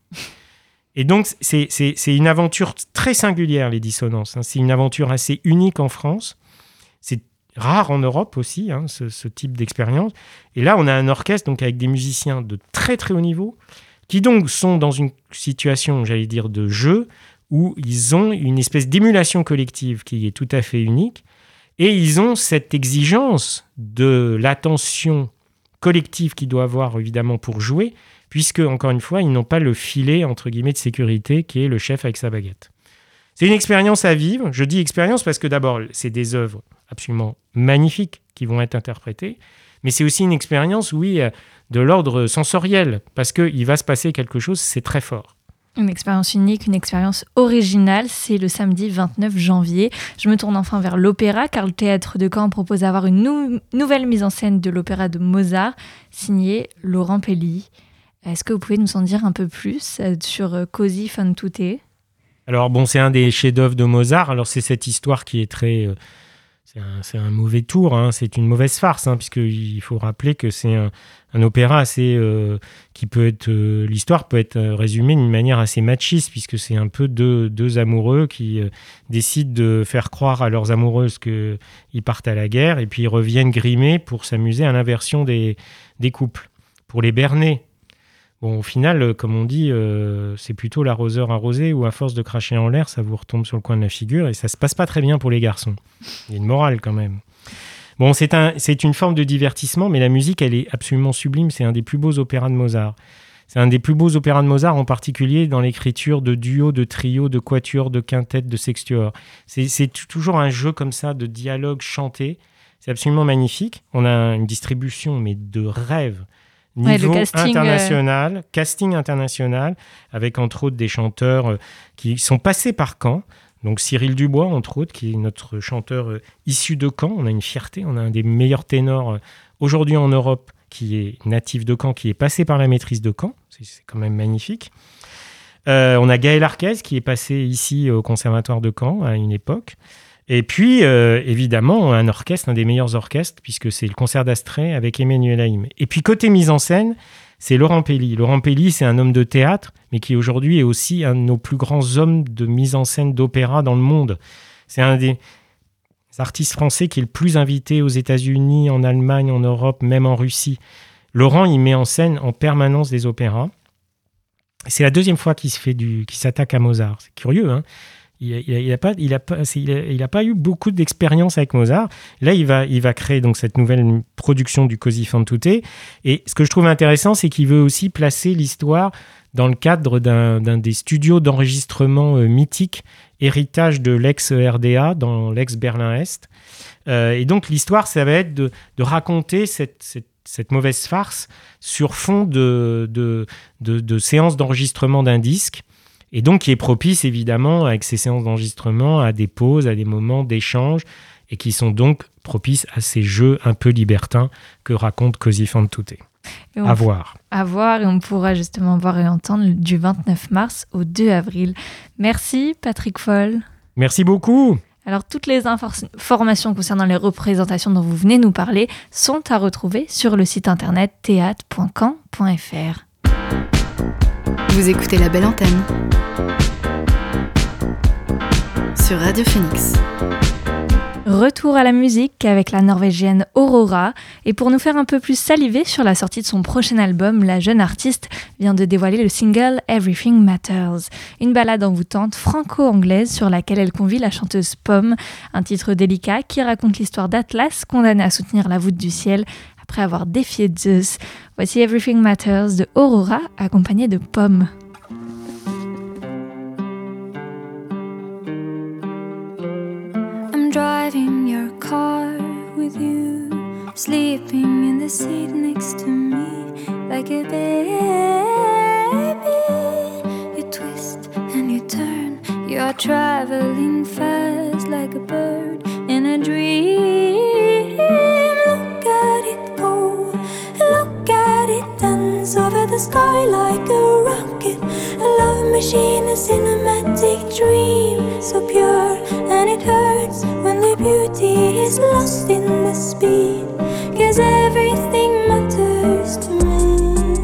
[SPEAKER 5] Et donc, c'est, c'est, c'est une aventure très singulière, les dissonances. Hein. C'est une aventure assez unique en France. C'est rare en Europe aussi, hein, ce, ce type d'expérience. Et là, on a un orchestre donc, avec des musiciens de très très haut niveau, qui donc sont dans une situation, j'allais dire, de jeu, où ils ont une espèce d'émulation collective qui est tout à fait unique, et ils ont cette exigence de l'attention collective qu'ils doivent avoir évidemment pour jouer, puisque, encore une fois, ils n'ont pas le filet, entre guillemets, de sécurité qui est le chef avec sa baguette. C'est une expérience à vivre. Je dis expérience parce que d'abord, c'est des œuvres absolument magnifiques qui vont être interprétées, mais c'est aussi une expérience, oui, de l'ordre sensoriel, parce qu'il va se passer quelque chose, c'est très fort.
[SPEAKER 2] Une expérience unique, une expérience originale, c'est le samedi vingt-neuf janvier. Je me tourne enfin vers l'opéra, car le Théâtre de Caen propose d'avoir une nou- nouvelle mise en scène de l'opéra de Mozart, signée Laurent Pelli. Est-ce que vous pouvez nous en dire un peu plus sur Così fan tutte ?
[SPEAKER 5] Alors bon, c'est un des chefs-d'œuvre de Mozart. Alors c'est cette histoire qui est très... Euh, c'est, un, c'est un mauvais tour, hein, c'est une mauvaise farce, hein, puisqu'il faut rappeler que c'est un, un opéra assez... Euh, qui peut être... Euh, l'histoire peut être résumée d'une manière assez machiste, puisque c'est un peu deux, deux amoureux qui euh, décident de faire croire à leurs amoureuses qu'ils partent à la guerre, et puis ils reviennent grimés pour s'amuser à l'inversion des, des couples, pour les berner. Bon, au final, comme on dit, euh, c'est plutôt l'arroseur arrosé où à force de cracher en l'air, ça vous retombe sur le coin de la figure et ça se passe pas très bien pour les garçons. Il y a une morale quand même. Bon, c'est, un, c'est une forme de divertissement, mais la musique, elle est absolument sublime. C'est un des plus beaux opéras de Mozart. C'est un des plus beaux opéras de Mozart, en particulier dans l'écriture de duos, de trios, de quatuors, de quintettes, de sextuors. C'est, c'est t- toujours un jeu comme ça de dialogue chanté. C'est absolument magnifique. On a une distribution, mais de rêve. Niveau
[SPEAKER 2] ouais, casting,
[SPEAKER 5] international, euh... casting international, avec entre autres des chanteurs euh, qui sont passés par Caen. Donc Cyril Dubois, entre autres, qui est notre chanteur euh, issu de Caen. On a une fierté, on a un des meilleurs ténors euh, aujourd'hui en Europe, qui est natif de Caen, qui est passé par la maîtrise de Caen. C'est, c'est quand même magnifique. Euh, on a Gaël Arquez, qui est passé ici au Conservatoire de Caen à une époque. Et puis, euh, évidemment, un orchestre, un des meilleurs orchestres, puisque c'est le concert d'Astrée avec Emmanuel Haïm. Et puis, côté mise en scène, c'est Laurent Pelli. Laurent Pelli, c'est un homme de théâtre, mais qui aujourd'hui est aussi un de nos plus grands hommes de mise en scène d'opéra dans le monde. C'est un des artistes français qui est le plus invité aux États-Unis, en Allemagne, en Europe, même en Russie. Laurent, il met en scène en permanence des opéras. C'est la deuxième fois qu'il se fait du, qu'il s'attaque à Mozart. C'est curieux, hein. Il n'a il a, il a pas, il a pas, il a, il a pas eu beaucoup d'expérience avec Mozart. Là, il va, il va créer donc cette nouvelle production du Così fan tutte. Et ce que je trouve intéressant, c'est qu'il veut aussi placer l'histoire dans le cadre d'un, d'un des studios d'enregistrement euh, mythiques, héritage de l'ex-R D A, dans l'ex-Berlin-Est. Euh, et donc, l'histoire, ça va être de, de raconter cette, cette, cette mauvaise farce sur fond de, de, de, de séances d'enregistrement d'un disque. Et donc, qui est propice, évidemment, avec ces séances d'enregistrement, à des pauses, à des moments d'échange, et qui sont donc propices à ces jeux un peu libertins que raconte Così fan tutte. À voir.
[SPEAKER 2] À voir, et on pourra justement voir et entendre du vingt-neuf mars au deux avril. Merci, Patrick Foll.
[SPEAKER 5] Merci beaucoup.
[SPEAKER 2] Alors, toutes les informations concernant les représentations dont vous venez nous parler sont à retrouver sur le site internet théâtre point caen point f r.
[SPEAKER 1] Vous écoutez La Belle Antenne sur Radio Phoenix.
[SPEAKER 2] Retour à la musique avec la Norvégienne Aurora. Et pour nous faire un peu plus saliver sur la sortie de son prochain album, la jeune artiste vient de dévoiler le single Everything Matters. Une ballade envoûtante franco-anglaise sur laquelle elle convie la chanteuse Pomme. Un titre délicat qui raconte l'histoire d'Atlas, condamné à soutenir la voûte du ciel après avoir défié Zeus. Voici Everything Matters de Aurora, accompagnée de Pomme.
[SPEAKER 7] I'm driving your car with you, sleeping in the seat next to me like a baby. You twist and you turn, you are traveling fast like a bird in a dream. Look at it go, look at it dance over the sky like a rocket. A love machine, a cinematic dream, so pure and it hurts when the beauty is lost in the speed, 'cause everything matters to me.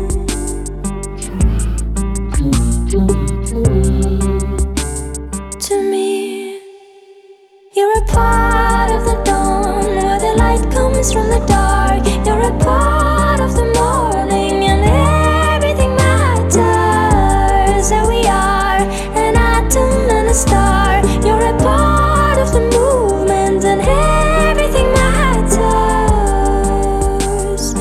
[SPEAKER 7] To me, you're a part of the dawn, where the light comes from the dark. You're a part of the morning, and everything matters. So we are an atom and a star. You're a part of the movement, and everything matters.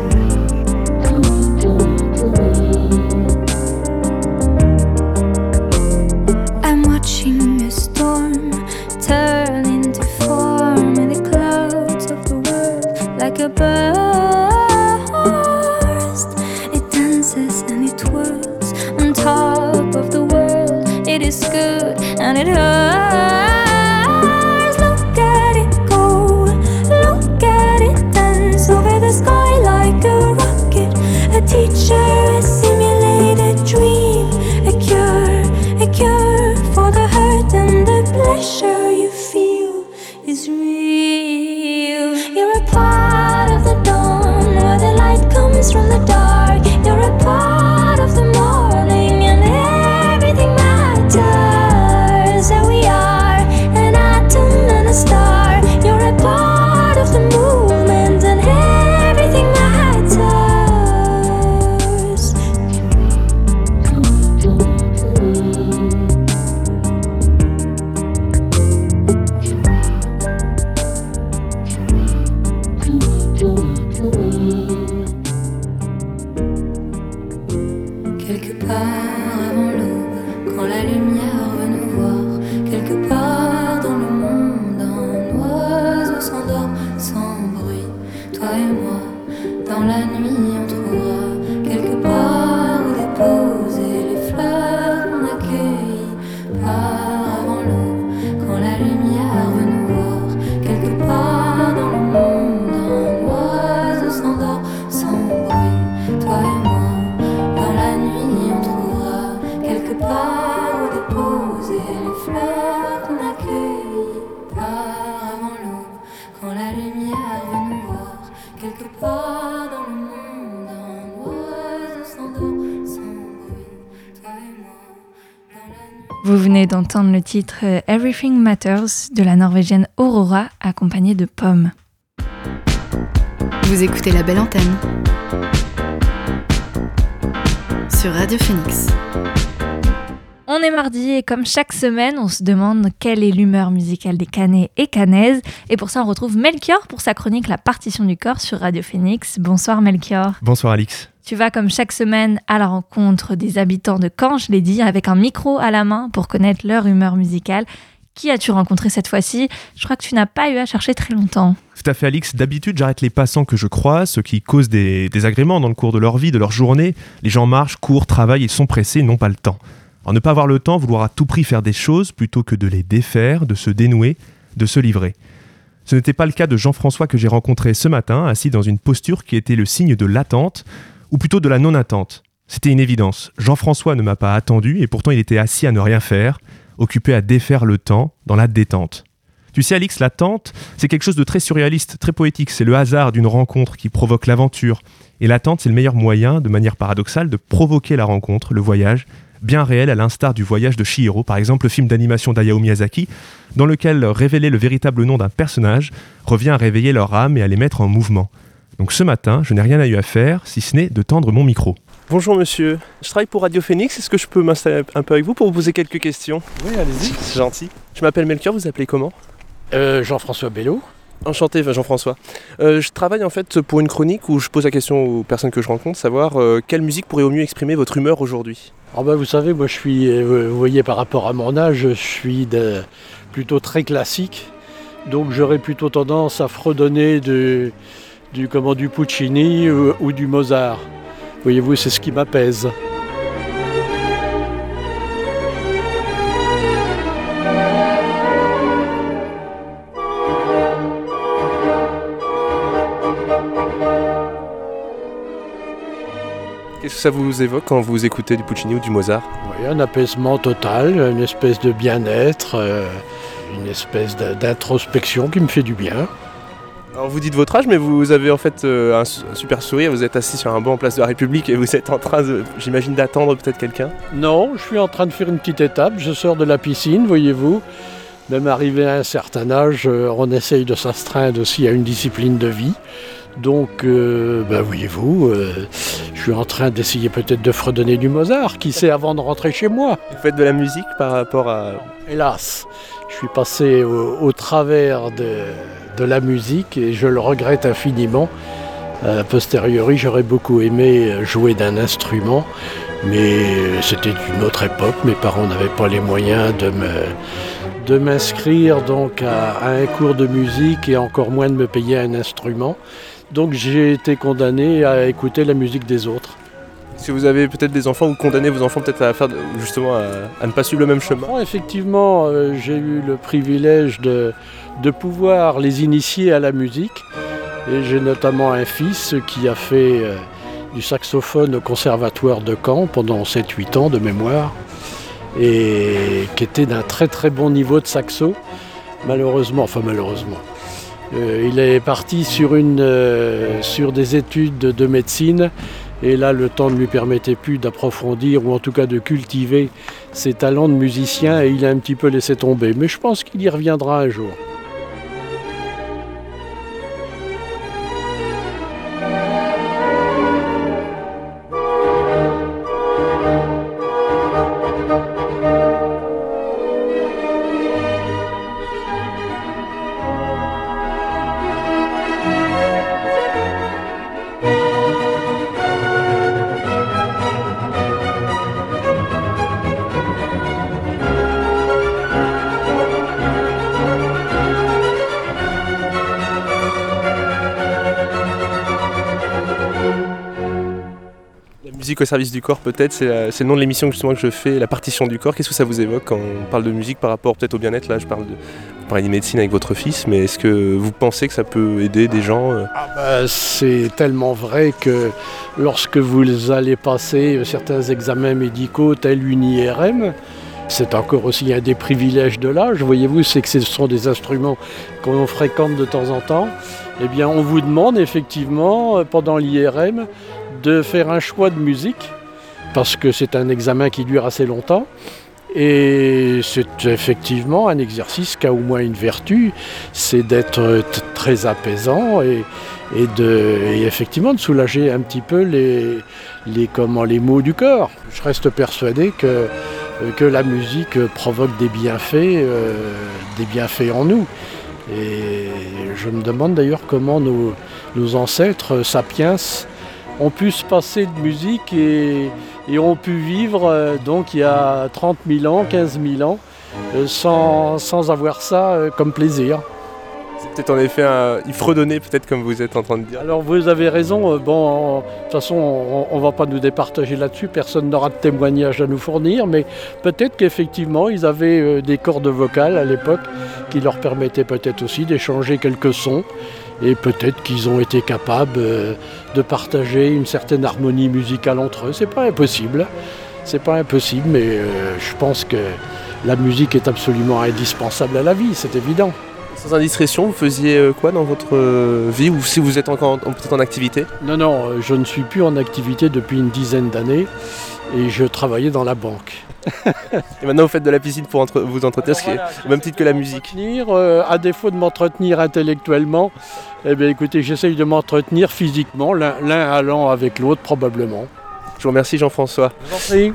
[SPEAKER 7] I'm watching a storm turn into form in the clouds of the world like a burst. It dances and it whirls on top of the world. It is good and it hurts. Look at it go, look at it dance over the sky like a rocket. A teacher, a simulated dream, a cure, a cure for the hurt and the pleasure you feel is real. You're a part of the dawn, where the light comes from the dark. You're a part of the morning, and everything matters. So we are an atom and a star. You're a part of the movement, and everything matters. Quelque part avant l'aube, quand la lumière veut nous voir, quelque part dans le monde, un oiseau s'endort sans bruit. Toi et moi, dans la nuit, on trouvera quelque part où déposer les fleurs qu'on accueille. Part avant l'aube, quand la lumière veut nous voir, quelque part dans le monde, un oiseau s'endort sans bruit. Toi et moi, dans la nuit, on trouvera quelque part où déposer les fleurs qu'on accueille. Part avant l'aube, quand la lumière veut nous voir, quelque part dans le monde, un oiseau s'endort sans bruit. Toi et moi, dans la nuit.
[SPEAKER 2] Vous venez d'entendre le titre Everything Matters de la Norvégienne Aurora, accompagnée de Pomme.
[SPEAKER 1] Vous écoutez La Belle Antenne sur Radio Phoenix.
[SPEAKER 2] On est mardi et comme chaque semaine, on se demande quelle est l'humeur musicale des Canets et Canaises. Et pour ça, on retrouve Melchior pour sa chronique La partition du corps sur Radio Phoenix. Bonsoir Melchior.
[SPEAKER 8] Bonsoir Alix.
[SPEAKER 2] Tu vas comme chaque semaine à la rencontre des habitants de Caen, je l'ai dit, avec un micro à la main pour connaître leur humeur musicale. Qui as-tu rencontré cette fois-ci ? Je crois que tu n'as pas eu à chercher très longtemps.
[SPEAKER 8] Tout à fait Alix, d'habitude j'arrête les passants que je croise, ceux qui causent des désagréments dans le cours de leur vie, de leur journée. Les gens marchent, courent, travaillent, ils sont pressés, ils n'ont pas le temps. Alors ne pas avoir le temps, vouloir à tout prix faire des choses plutôt que de les défaire, de se dénouer, de se livrer. Ce n'était pas le cas de Jean-François que j'ai rencontré ce matin, assis dans une posture qui était le signe de l'attente, ou plutôt de la non-attente. C'était une évidence. Jean-François ne m'a pas attendu et pourtant il était assis à ne rien faire, occupé à défaire le temps dans la détente. Tu sais Alix, l'attente, c'est quelque chose de très surréaliste, très poétique. C'est le hasard d'une rencontre qui provoque l'aventure. Et l'attente, c'est le meilleur moyen, de manière paradoxale, de provoquer la rencontre, le voyage, bien réel à l'instar du voyage de Chihiro, par exemple le film d'animation d'Hayao Miyazaki, dans lequel révéler le véritable nom d'un personnage revient à réveiller leur âme et à les mettre en mouvement. Donc ce matin, je n'ai rien eu à faire, si ce n'est de tendre mon micro.
[SPEAKER 9] Bonjour monsieur, je travaille pour Radio Phoenix, est-ce que je peux m'installer un peu avec vous pour vous poser quelques questions ?
[SPEAKER 10] Oui, allez-y.
[SPEAKER 9] C'est gentil. Je m'appelle Melchior, vous appelez comment ?
[SPEAKER 10] euh, Jean-François Bello.
[SPEAKER 9] Enchanté Jean-François. Euh, je travaille en fait pour une chronique où je pose la question aux personnes que je rencontre, savoir euh, quelle musique pourrait au mieux exprimer votre humeur aujourd'hui ?
[SPEAKER 10] Oh ben, vous savez, moi je suis, euh, vous voyez par rapport à mon âge, je suis de, plutôt très classique, donc j'aurais plutôt tendance à fredonner de, du, comment, du Puccini ou, ou du Mozart. Voyez-vous, c'est ce qui m'apaise.
[SPEAKER 9] Qu'est-ce que ça vous évoque quand vous écoutez du Puccini ou du Mozart ?
[SPEAKER 10] Oui, un apaisement total, une espèce de bien-être, euh, une espèce d'introspection qui me fait du bien.
[SPEAKER 9] Alors vous dites votre âge, mais vous avez en fait euh, un, un super sourire, vous êtes assis sur un banc en place de la République et vous êtes en train, de, j'imagine, d'attendre peut-être quelqu'un ?
[SPEAKER 10] Non, je suis en train de faire une petite étape, je sors de la piscine, voyez-vous. Même arrivé à un certain âge, euh, on essaye de s'astreindre aussi à une discipline de vie. Donc, euh, ben voyez-vous, euh, je suis en train d'essayer peut-être de fredonner du Mozart, qui sait, avant de rentrer chez moi.
[SPEAKER 9] Vous faites de la musique par rapport à...
[SPEAKER 10] Hélas, je suis passé au, au travers de, de la musique et je le regrette infiniment. A posteriori, j'aurais beaucoup aimé jouer d'un instrument, mais c'était une autre époque. Mes parents n'avaient pas les moyens de me... de m'inscrire donc à, à un cours de musique et encore moins de me payer un instrument. Donc j'ai été condamné à écouter la musique des autres.
[SPEAKER 9] Si vous avez peut-être des enfants, vous condamnez vos enfants peut-être à faire justement à, à ne pas suivre le même chemin.
[SPEAKER 10] Bon, effectivement, euh, j'ai eu le privilège de, de pouvoir les initier à la musique. Et j'ai notamment un fils qui a fait euh, du saxophone au conservatoire de Caen pendant sept huit ans de mémoire. Et qui était d'un très très bon niveau de saxo, malheureusement, enfin malheureusement. Euh, il est parti sur, une, euh, sur des études de médecine, et là le temps ne lui permettait plus d'approfondir, ou en tout cas de cultiver ses talents de musicien, et il a un petit peu laissé tomber. Mais je pense qu'il y reviendra un jour.
[SPEAKER 9] Musique au service du corps peut-être, c'est, la, c'est le nom de l'émission justement que je fais, la partition du corps. Qu'est-ce que ça vous évoque quand on parle de musique par rapport peut-être au bien-être ? Là je parle de, vous parlez de médecine avec votre fils, mais est-ce que vous pensez que ça peut aider des gens ?
[SPEAKER 10] Ah bah, c'est tellement vrai que lorsque vous allez passer certains examens médicaux tels une I R M, c'est encore aussi un des privilèges de l'âge, voyez-vous, c'est que ce sont des instruments qu'on fréquente de temps en temps. Eh bien on vous demande effectivement pendant l'I R M de faire un choix de musique, parce que c'est un examen qui dure assez longtemps, Et c'est effectivement un exercice qui a au moins une vertu, c'est d'être t- très apaisant et, et, de, et effectivement de soulager un petit peu les, les, comment, les maux du corps. Je reste persuadé que, que la musique provoque des bienfaits, euh, des bienfaits en nous. Et je me demande d'ailleurs comment nos, nos ancêtres sapiens ont pu se passer de musique et, et ont pu vivre euh, donc il y a trente mille ans, quinze mille ans, euh, sans, sans avoir ça euh, comme plaisir.
[SPEAKER 9] C'est peut-être en effet un... il fredonnait peut-être comme vous êtes en train de dire.
[SPEAKER 10] Alors vous avez raison, euh, bon, de toute façon on ne va pas nous départager là-dessus, personne n'aura de témoignage à nous fournir, mais peut-être qu'effectivement ils avaient euh, des cordes vocales à l'époque qui leur permettaient peut-être aussi d'échanger quelques sons. Et peut-être qu'ils ont été capables euh, de partager une certaine harmonie musicale entre eux. C'est pas impossible, c'est pas impossible, mais euh, je pense que la musique est absolument indispensable à la vie, c'est évident.
[SPEAKER 9] Sans indiscrétion, vous faisiez euh, quoi dans votre euh, vie ou si vous êtes encore en, peut-être en activité?
[SPEAKER 10] Non, non, euh, je ne suis plus en activité depuis une dizaine d'années et je travaillais dans la banque.
[SPEAKER 9] Et maintenant vous faites de la piscine pour entre, vous entretenir, ce qui est au même titre que la musique.
[SPEAKER 10] Euh, à défaut de m'entretenir intellectuellement, eh bien, écoutez, j'essaye de m'entretenir physiquement, l'un, l'un allant avec l'autre probablement.
[SPEAKER 9] Je vous remercie Jean-François.
[SPEAKER 10] Je vous en prie.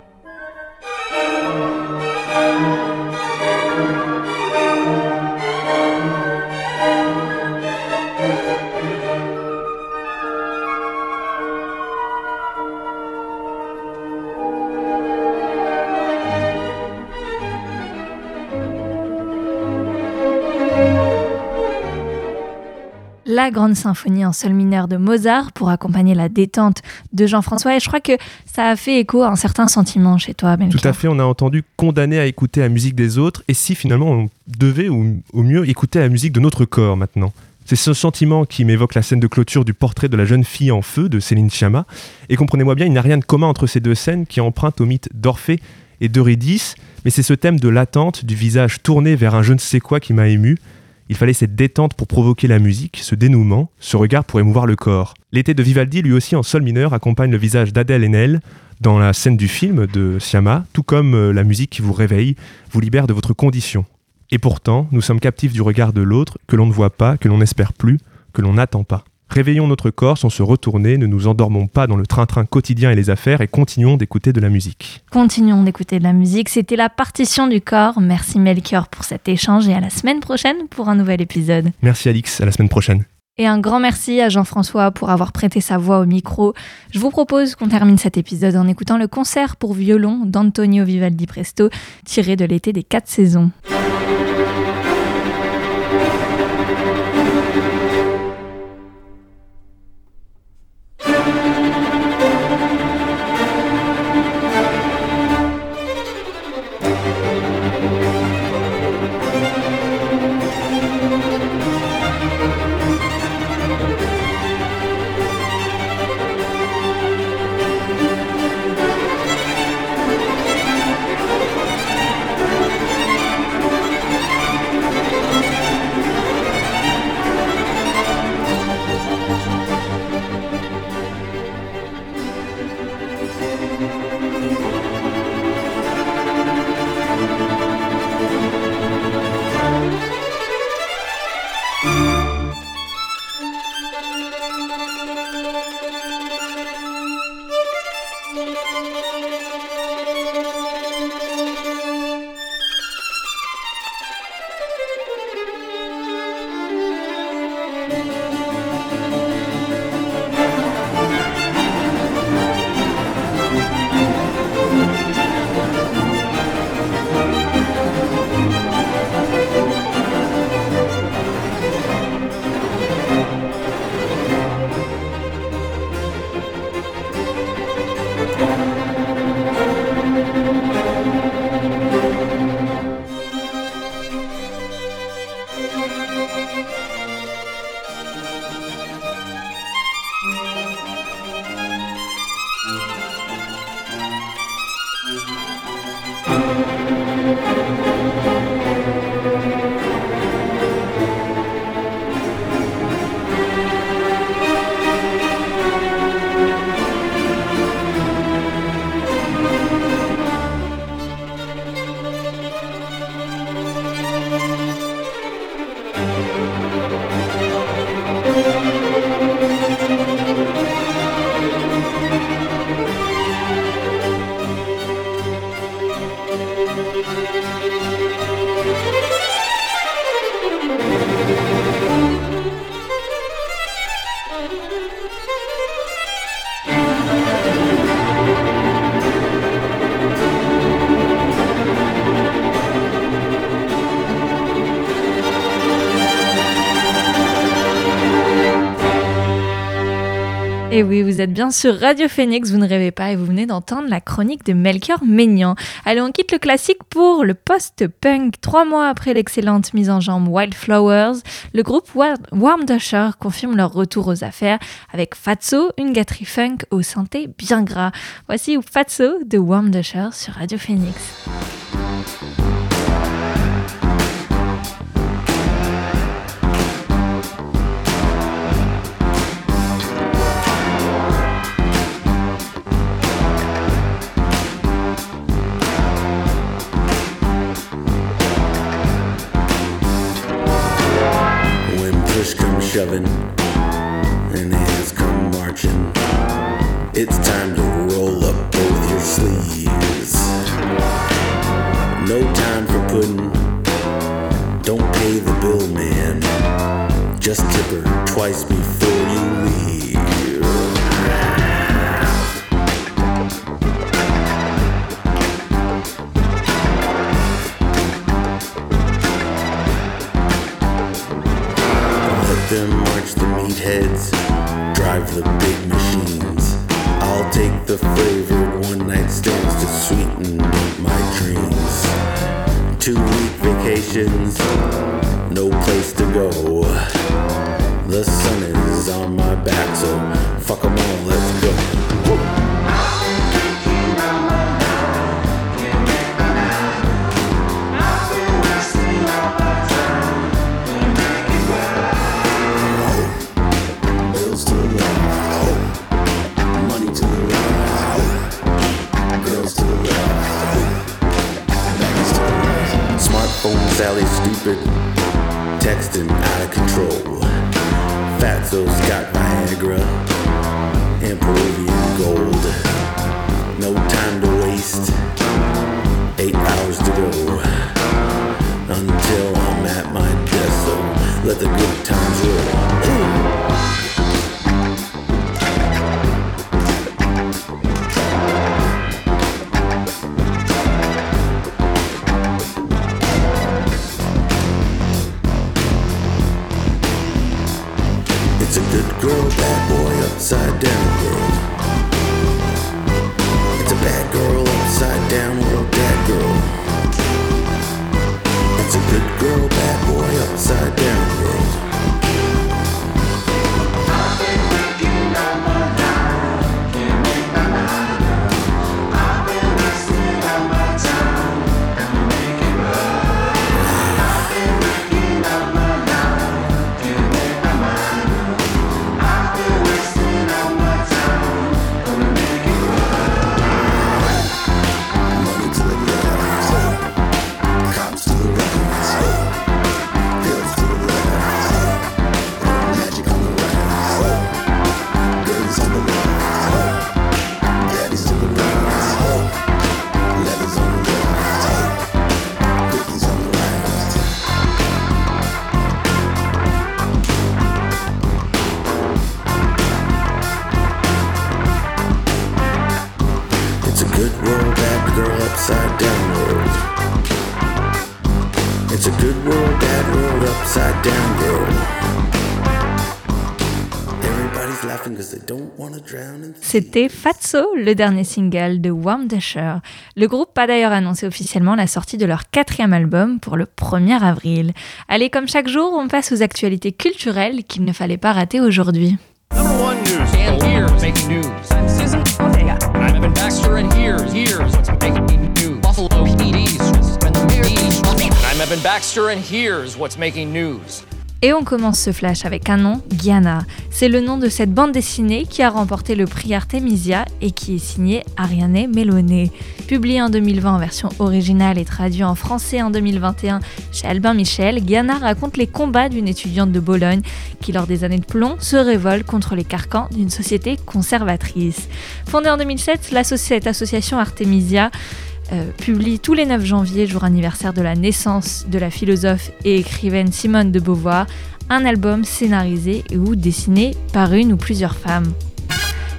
[SPEAKER 2] La grande symphonie en sol mineur de Mozart pour accompagner la détente de Jean-François. Et je crois que ça a fait écho à un certain sentiment chez toi, Melchior.
[SPEAKER 8] Tout à fait, on a entendu condamner à écouter la musique des autres. Et si finalement on devait, ou au mieux, écouter la musique de notre corps maintenant? C'est ce sentiment qui m'évoque la scène de clôture du portrait de la jeune fille en feu de Céline Sciamma. Et comprenez-moi bien, il n'y a rien de commun entre ces deux scènes qui empruntent au mythe d'Orphée et d'Eurydice. Mais c'est ce thème de l'attente, du visage tourné vers un je ne sais quoi qui m'a ému. Il fallait cette détente pour provoquer la musique, ce dénouement, ce regard pour émouvoir le corps. L'été de Vivaldi, lui aussi en sol mineur, accompagne le visage d'Adèle Haenel dans la scène du film de Sciamma, tout comme la musique qui vous réveille, vous libère de votre condition. Et pourtant, nous sommes captifs du regard de l'autre, que l'on ne voit pas, que l'on n'espère plus, que l'on n'attend pas. Réveillons notre corps sans se retourner, ne nous endormons pas dans le train-train quotidien et les affaires et continuons d'écouter de la musique.
[SPEAKER 2] Continuons d'écouter de la musique, c'était la partition du corps. Merci Melchior pour cet échange et à la semaine prochaine pour un nouvel épisode.
[SPEAKER 8] Merci Alix, à la semaine prochaine.
[SPEAKER 2] Et un grand merci à Jean-François pour avoir prêté sa voix au micro. Je vous propose qu'on termine cet épisode en écoutant le concert pour violon d'Antonio Vivaldi Presto, tiré de l'été des quatre saisons. Et oui, vous êtes bien sur Radio Phoenix, vous ne rêvez pas et vous venez d'entendre la chronique de Melchior Maignan. Allez, on quitte le classique pour le post-punk. Trois mois après l'excellente mise en jambe Wildflowers, le groupe Warm Dusher confirme leur retour aux affaires avec Fatso, une gâterie funk au synthé bien gras. Voici Fatso de Warm Dusher sur Radio Phoenix.
[SPEAKER 11] Shoving and hands come marching. It's time to roll up both your sleeves. No time for pudding. Don't pay the bill, man. Just tip her twice before you leave. Them march the meatheads, drive the big machines. I'll take the flavored one-night stands to sweeten my dreams. Two-week vacations, no place to go. The sun is on my back, so fuck 'em all, let's go. Woo! Sally stupid, texting out of control. Fatso's got Viagra and Peruvian gold. No time to waste, eight hours to go until I'm at my desk, so let the good times roll. Upside down world. It's a bad girl, upside down world, bad girl. It's a good girl, bad boy, upside down world. I've been waking up my night, can't make my mind up. I've been wasting all my time, gonna make it right. I've been waking up my night, can't make my mind up. I've been wasting upside down world. It's a good world, bad world, upside down world. Everybody's laughing because they don't want to drown.
[SPEAKER 2] C'était Fatso, le dernier single de Warm Dusher. Le groupe a d'ailleurs annoncé officiellement la sortie de leur quatrième album pour le premier avril. Allez, comme chaque jour, on passe aux actualités culturelles qu'il ne fallait pas rater aujourd'hui.
[SPEAKER 12] Number one news, and here's making news. I'm Susan Ortega. I'm Evan Baxter, and here's, here's what's making news. Buffalo P D's. I'm Evan Baxter, and here's what's making news.
[SPEAKER 2] Et on commence ce flash avec un nom, Gianna. C'est le nom de cette bande dessinée qui a remporté le prix Artemisia et qui est signée Ariane Melone. Publié en deux mille vingt en version originale et traduit en français en deux mille vingt et un chez Albin Michel, Gianna raconte les combats d'une étudiante de Bologne qui, lors des années de plomb, se révolte contre les carcans d'une société conservatrice. Fondée en deux mille sept, cette association Artemisia Euh, publie tous les neuf janvier, jour anniversaire de la naissance de la philosophe et écrivaine Simone de Beauvoir, un album scénarisé ou dessiné par une ou plusieurs femmes.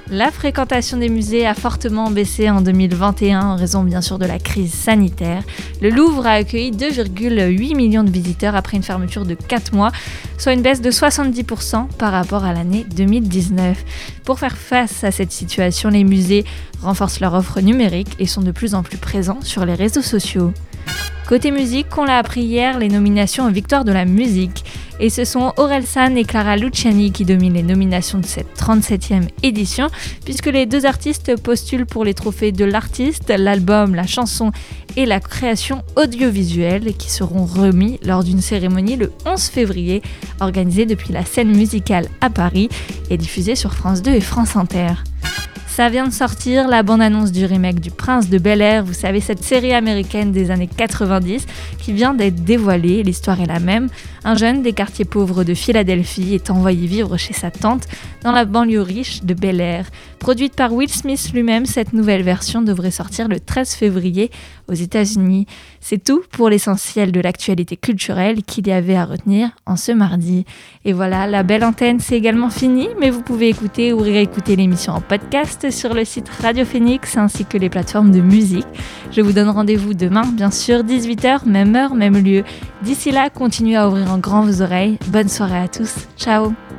[SPEAKER 2] La fréquentation des musées a fortement baissé en deux mille vingt et un en raison bien sûr de la crise sanitaire. Le Louvre a accueilli deux virgule huit millions de visiteurs après une fermeture de quatre mois, soit une baisse de soixante-dix pour cent par rapport à l'année deux mille dix-neuf. Pour faire face à cette situation, les musées renforcent leur offre numérique et sont de plus en plus présents sur les réseaux sociaux. Côté musique, on l'a appris hier, les nominations aux Victoires de la musique. Et ce sont Orelsan et Clara Luciani qui dominent les nominations de cette trente-septième édition, puisque les deux artistes postulent pour les trophées de l'artiste, l'album, la chanson et la création audiovisuelle qui seront remis lors d'une cérémonie le onze février, organisée depuis la scène musicale à Paris et diffusée sur France deux et France Inter. Ça vient de sortir, la bande-annonce du remake du Prince de Bel-Air, vous savez, cette série américaine des années quatre-vingt-dix qui vient d'être dévoilée. L'histoire est la même. Un jeune des quartiers pauvres de Philadelphie est envoyé vivre chez sa tante dans la banlieue riche de Bel-Air. Produite par Will Smith lui-même, cette nouvelle version devrait sortir le treize février aux États-Unis. C'est tout pour l'essentiel de l'actualité culturelle qu'il y avait à retenir en ce mardi. Et voilà, la belle antenne, c'est également fini, mais vous pouvez écouter ou réécouter l'émission en podcast sur le site Radio Phoenix ainsi que les plateformes de musique. Je vous donne rendez-vous demain, bien sûr, dix-huit heures, même heure, même lieu. D'ici là, continuez à ouvrir en grand vos oreilles. Bonne soirée à tous. Ciao!